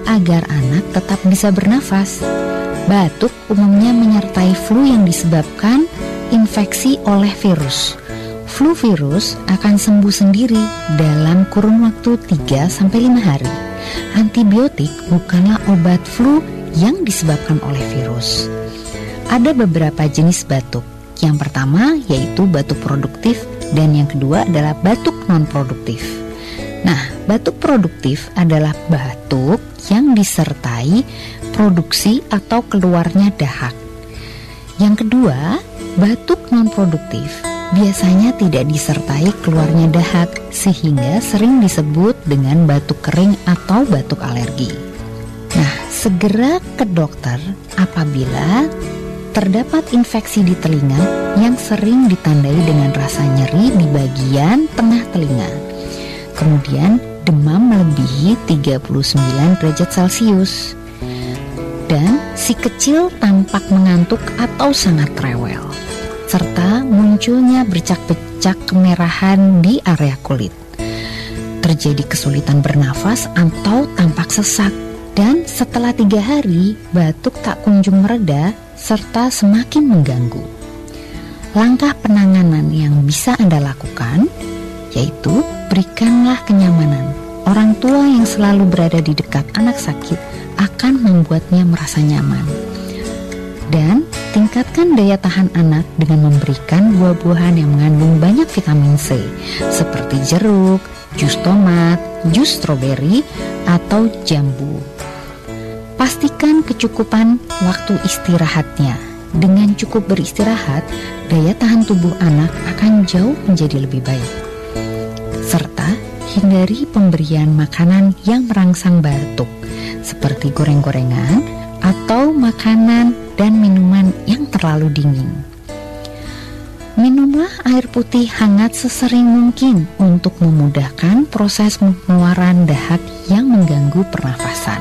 agar anak tetap bisa bernafas. Batuk umumnya menyertai flu yang disebabkan infeksi oleh virus. Flu virus akan sembuh sendiri dalam kurun waktu tiga sampai lima hari. Antibiotik bukanlah obat flu yang disebabkan oleh virus. Ada beberapa jenis batuk. Yang pertama yaitu batuk produktif dan yang kedua adalah batuk non-produktif. Nah, batuk produktif adalah batuk yang disertai produksi atau keluarnya dahak. Yang kedua, batuk non-produktif biasanya tidak disertai keluarnya dahak sehingga sering disebut dengan batuk kering atau batuk alergi. Nah, segera ke dokter apabila terdapat infeksi di telinga yang sering ditandai dengan rasa nyeri di bagian tengah telinga. Kemudian demam melebihi tiga puluh sembilan derajat Celcius. Dan si kecil tampak mengantuk atau sangat rewel. Serta munculnya bercak-bercak kemerahan di area kulit. Terjadi kesulitan bernafas atau tampak sesak. Dan setelah tiga hari, batuk tak kunjung mereda serta semakin mengganggu. Langkah penanganan yang bisa Anda lakukan yaitu berikanlah kenyamanan. Orang tua yang selalu berada di dekat anak sakit akan membuatnya merasa nyaman. Dan tingkatkan daya tahan anak dengan memberikan buah-buahan yang mengandung banyak vitamin C seperti jeruk, jus tomat, jus stroberi, atau jambu. Pastikan kecukupan waktu istirahatnya. Dengan cukup beristirahat, daya tahan tubuh anak akan jauh menjadi lebih baik. Serta hindari pemberian makanan yang merangsang batuk, seperti goreng-gorengan atau makanan dan minuman yang terlalu dingin. Minumlah air putih hangat sesering mungkin untuk memudahkan proses pengeluaran dahak yang mengganggu pernafasan.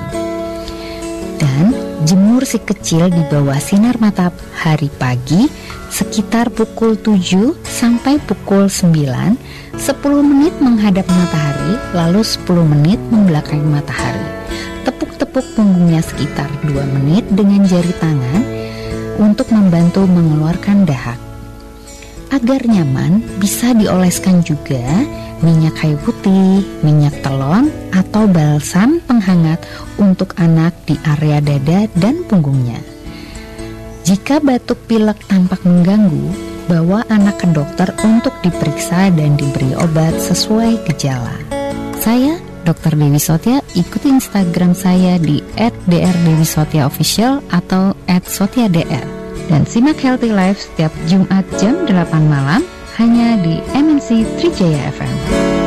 Dan jemur si kecil di bawah sinar matahari pagi sekitar pukul tujuh sampai pukul sembilan, sepuluh menit menghadap matahari, lalu sepuluh menit membelakangi matahari. Tepuk-tepuk punggungnya sekitar dua menit dengan jari tangan untuk membantu mengeluarkan dahak. Agar nyaman, bisa dioleskan juga minyak kayu putih, minyak telon, atau balsam penghangat untuk anak di area dada dan punggungnya. Jika batuk pilek tampak mengganggu, bawa anak ke dokter untuk diperiksa dan diberi obat sesuai gejala. Saya, dokter Dewi Sotia, ikuti Instagram saya di et dr dewi sotia official atau et sotia dr. Dan simak Healthy Life setiap Jumat jam delapan malam hanya di M N C Trijaya F M.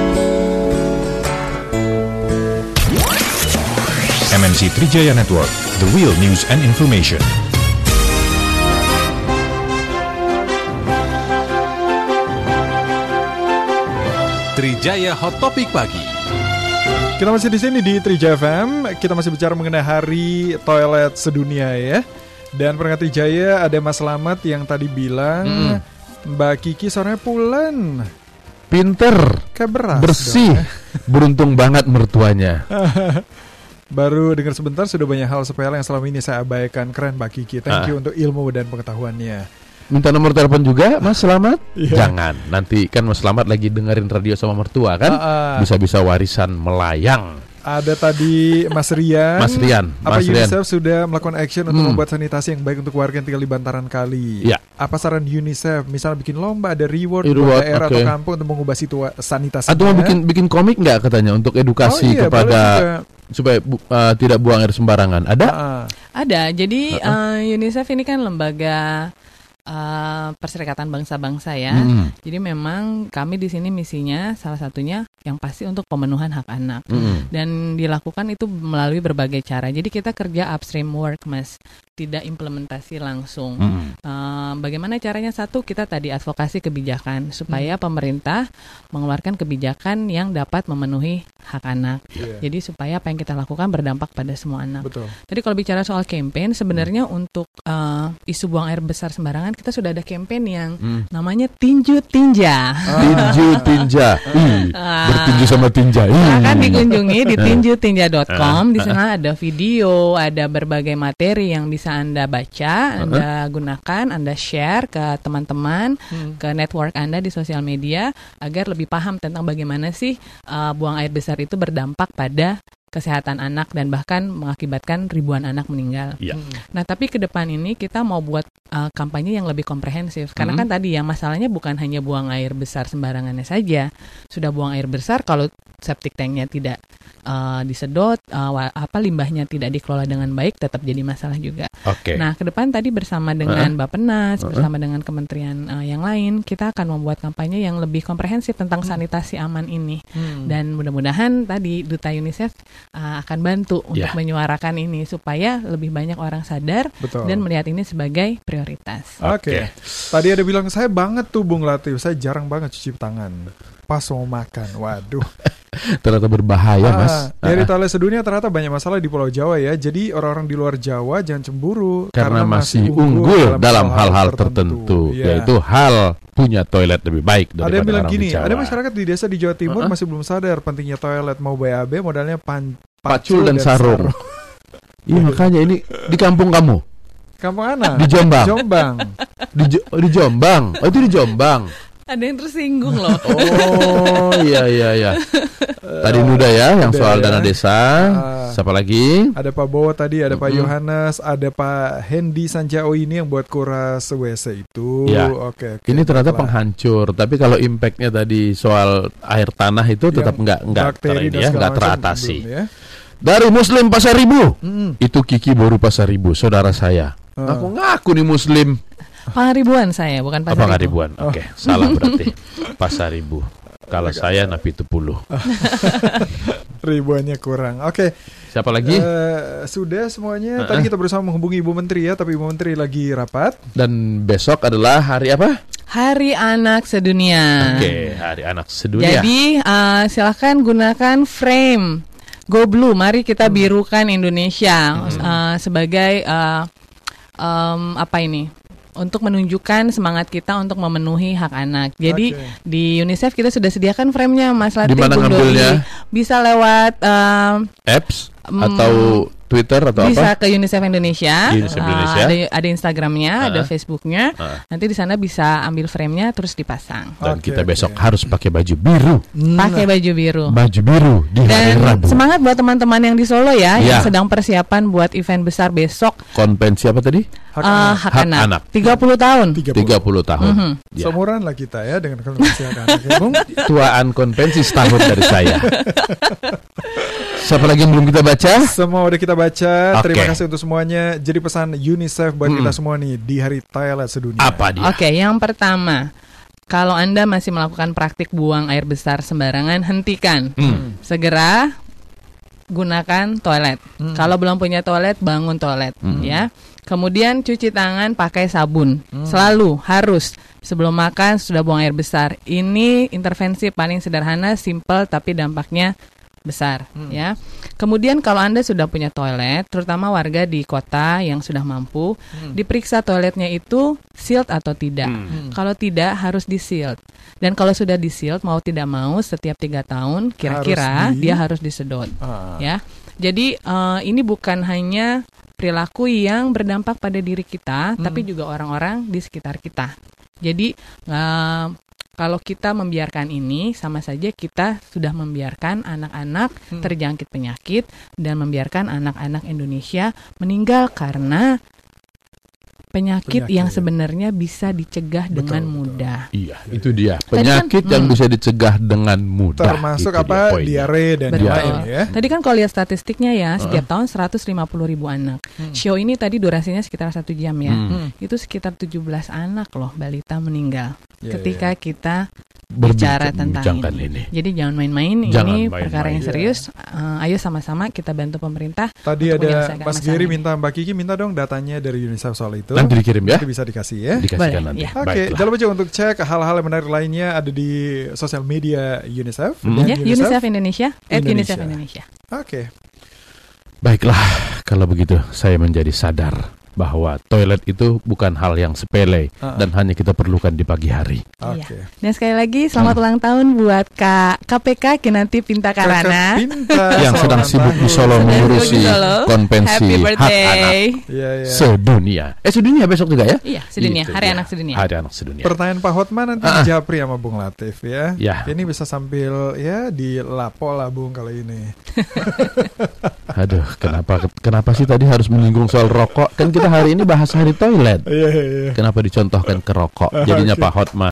M N C Trijaya Network, the real news and information. Trijaya Hot Topic Pagi. Kita masih di sini di Trijaya F M. Kita masih bicara mengenai Hari Toilet Sedunia ya. Dan pendengar Trijaya, ada Mas Slamet yang tadi bilang hmm. Mbak Kiki sore pulen. Pinter, kayak beras, bersih, beruntung banget mertuanya. Baru dengar sebentar sudah banyak hal sepele yang selama ini saya abaikan. Keren Mbak Kiki, thank you ah. untuk ilmu dan pengetahuannya. Minta nomor telepon juga Mas Slamet? Yeah. Jangan, nanti kan Mas Slamet lagi dengerin radio sama mertua kan, uh-uh. bisa-bisa warisan melayang. Ada tadi Mas Rian. Mas Rian. Apa Mas UNICEF Rian. sudah melakukan action untuk hmm. membuat sanitasi yang baik untuk warga yang tinggal di bantaran kali? Ya. Apa saran UNICEF? Misalnya bikin lomba, ada reward, reward buat daerah okay. atau kampung untuk mengubah situasi sanitasi. Atau mau bikin bikin komik nggak katanya untuk edukasi oh, iya, kepada supaya bu, uh, tidak buang air sembarangan. Ada? Uh-uh. Ada. Jadi uh-uh. uh, UNICEF ini kan lembaga Uh, Perserikatan Bangsa-Bangsa ya. Hmm. Jadi memang kami di sini misinya salah satunya yang pasti untuk pemenuhan hak anak. Hmm. Dan dilakukan itu melalui berbagai cara. Jadi kita kerja upstream work, Mas. tidak implementasi langsung. Hmm. Uh, bagaimana caranya? Satu, kita tadi advokasi kebijakan supaya Hmm. pemerintah mengeluarkan kebijakan yang dapat memenuhi hak anak. Yeah. Jadi supaya apa yang kita lakukan berdampak pada semua anak. Betul. Jadi kalau bicara soal campaign, sebenarnya untuk uh, isu buang air besar sembarangan, kita sudah ada campaign yang Hmm. namanya Tinju Tinja. Tinju tinja, Ih, Ah. bertinju sama tinja. Ih. Silakan dikunjungi di tinju tinja dot com. Di Ah. sana ada video, ada berbagai materi yang bisa Anda baca, Anda gunakan, Anda share ke teman-teman, Hmm. ke network Anda di sosial media agar lebih paham tentang bagaimana sih uh, buang air besar itu berdampak pada kesehatan anak dan bahkan mengakibatkan ribuan anak meninggal. Iya. Nah, tapi ke depan ini kita mau buat uh, kampanye yang lebih komprehensif. Karena Hmm. kan tadi ya masalahnya bukan hanya buang air besar sembarangannya saja. Sudah buang air besar, kalau septic tanknya tidak uh, disedot, uh, wa- apa limbahnya tidak dikelola dengan baik, tetap jadi masalah juga. Oke. Nah, ke depan tadi bersama dengan Bappenas, bersama dengan kementerian uh, yang lain, kita akan membuat kampanye yang lebih komprehensif tentang sanitasi aman ini. Hmm. Dan mudah-mudahan tadi Duta UNICEF uh, akan bantu untuk Ya. menyuarakan ini supaya lebih banyak orang sadar Betul. dan melihat ini sebagai prioritas. Oke. Tadi ada bilang saya banget tuh Bung Latif, saya jarang banget cuci tangan pas mau makan. Waduh. Ternyata berbahaya, Ah, Mas. Dari Ah. toilet sedunia ternyata banyak masalah di Pulau Jawa ya. Jadi orang-orang di luar Jawa jangan cemburu Karena masih unggul dalam hal-hal tertentu, Iya. yaitu hal punya toilet lebih baik daripada Ada yang bilang orang gini, di Jawa. ada masyarakat di desa di Jawa Timur Uh-uh. masih belum sadar pentingnya toilet, mau B A B modalnya pan, Pacul dan sarung. Iya, makanya ini di kampung kamu, Kampung mana? di Jombang. Jombang. Di, Jo- di Jombang. Oh, itu di Jombang. Ada yang tersinggung loh. Oh, iya iya iya. Tadi Nuda ya yang Udah soal ya. dana desa. Ah. Siapa lagi? Ada Pak Bowo tadi, ada Pak Mm-mm. Yohanes, ada Pak Hendy Sanjao ini yang buat kuras W C itu. Ya. Oke, oke. Ini ternyata Baiklah. penghancur, tapi kalau impactnya tadi soal air tanah itu tetap Yang nggak nggak ter, bakteri ini dan ya, segala nggak macam teratasi. belum ya. Dari Muslim Pasar Ribu, Mm. itu Kiki baru Pasar Ribu, saudara saya. Ah. Aku ngaku nih Muslim. Pangaribuan saya, bukan Apa Pasar nggak Ibu. ribuan? Oke, salah berarti. Pasar Ribu. Kalau saya napi itu puluh. Ribuannya kurang. Oke. Siapa lagi? Eh, sudah semuanya. Uh-uh. Tadi kita bersama menghubungi Ibu Menteri ya, tapi Ibu Menteri lagi rapat. Dan besok adalah hari apa? Hari Anak Sedunia. Oke, hari anak sedunia. Jadi uh, silahkan gunakan frame Go Blue. Mari kita birukan Indonesia uh, sebagai uh, um, apa ini? Untuk menunjukkan semangat kita untuk memenuhi hak anak. Jadi Oke. di UNICEF kita sudah sediakan frame-nya, Mas Latif. Di mana Bung ngambilnya? Dodi. Bisa lewat um, Apps Hmm, atau Twitter atau bisa apa? ke UNICEF Indonesia, UNICEF Uh, Indonesia. ada ada Instagramnya, ada Uh-uh. Facebooknya. Uh. Nanti di sana bisa ambil frame-nya terus dipasang. Dan Oke, kita oke. besok harus pakai baju biru. Pakai baju biru. Baju biru di hari Dan Rabu. semangat buat teman-teman yang di Solo ya, Ya. yang sedang persiapan buat event besar besok. Konvensi apa tadi? Hak uh, anak. hak, Hak anak. anak. tiga puluh tahun. tiga puluh tahun. Mhm. Ya. Seumuran lah kita ya dengan konvensi hak anak. Ya, Bung. Tuaan konvensi setahun dari saya. Siapa lagi yang belum kita baca? Semua udah kita baca. Oke. Terima kasih untuk semuanya. Jadi pesan UNICEF buat Hmm. kita semua nih di Hari Toilet Sedunia. Apa dia? Oke, yang pertama, kalau Anda masih melakukan praktik buang air besar sembarangan, hentikan. Hmm. Segera gunakan toilet. Hmm. Kalau belum punya toilet, bangun toilet, Hmm. ya. Kemudian cuci tangan pakai sabun. Selalu harus sebelum makan sudah buang air besar. Ini intervensi paling sederhana, simple tapi dampaknya besar, ya. Kemudian kalau Anda sudah punya toilet, terutama warga di kota yang sudah mampu, diperiksa toiletnya itu sealed atau tidak. Kalau tidak harus di-sealed. Dan kalau sudah di-sealed mau tidak mau setiap tiga tahun kira-kira Harus di- dia harus disedot, Ah. ya. Jadi eh, ini bukan hanya perilaku yang berdampak pada diri kita, tapi juga orang-orang di sekitar kita. Jadi eh, kalau kita membiarkan ini, sama saja kita sudah membiarkan anak-anak terjangkit penyakit dan membiarkan anak-anak Indonesia meninggal karena penyakit, Penyakit. yang sebenarnya bisa dicegah Betul, dengan betul. mudah. Iya, itu dia. Tadi kan, Penyakit yang hmm. bisa dicegah dengan mudah. Termasuk Itu dia apa? poinnya. Diare dan Betul. yang lain ya. Tadi kan kalau lihat statistiknya ya, setiap tahun seratus lima puluh ribu anak. Show ini tadi durasinya sekitar satu jam ya. Hmm. Itu sekitar tujuh belas anak loh balita meninggal Ya, ketika ya. kita Berbicara bicara tentang membincangkan ini. ini. Jadi jangan main-main, Jangan ini main-main. perkara yang Ya. serius. Uh, ayo sama-sama kita bantu pemerintah. Tadi untuk ada menyelesaikan Mas masalah Giri ini. minta Mbak Kiki minta dong datanya dari UNICEF soal itu. Nanti dikirim ya. Nanti bisa dikasih ya. Dikasihkan Boleh, nanti. ya. Oke, Baiklah. jangan lupa untuk cek hal-hal yang menarik lainnya ada di sosial media UNICEF. Hmm. dan Ya, UNICEF Indonesia, at Indonesia. UNICEF Indonesia. Oke. Baiklah, kalau begitu saya menjadi sadar bahwa toilet itu bukan hal yang sepele Uh-uh. dan hanya kita perlukan di pagi hari. Oke. Iya. Dan sekali lagi selamat ulang tahun buat Kak K P K Kinanti Pinta Karana. Kakak Pinta, Yang sedang selamat sibuk di tahun. Solo Sedang mengurusi sibuk di Solo. konvensi Happy hak anak birthday. Iya, iya. sedunia. Eh sedunia besok juga ya? Iya, sedunia, Itu Hari dia. Anak Sedunia. Hari Anak Sedunia. Pertanyaan Pak Hotman nanti Ah. dijapri sama Bung Latif ya. Ya. Ini bisa sambil ya di lapo lah Bung kalau ini. Aduh, kenapa kenapa sih tadi harus menyinggung soal rokok? Kan kita hari ini bahas hari toilet. Iya, iya, iya. Kenapa dicontohkan ke rokok? Jadinya Oke. Pak Hotman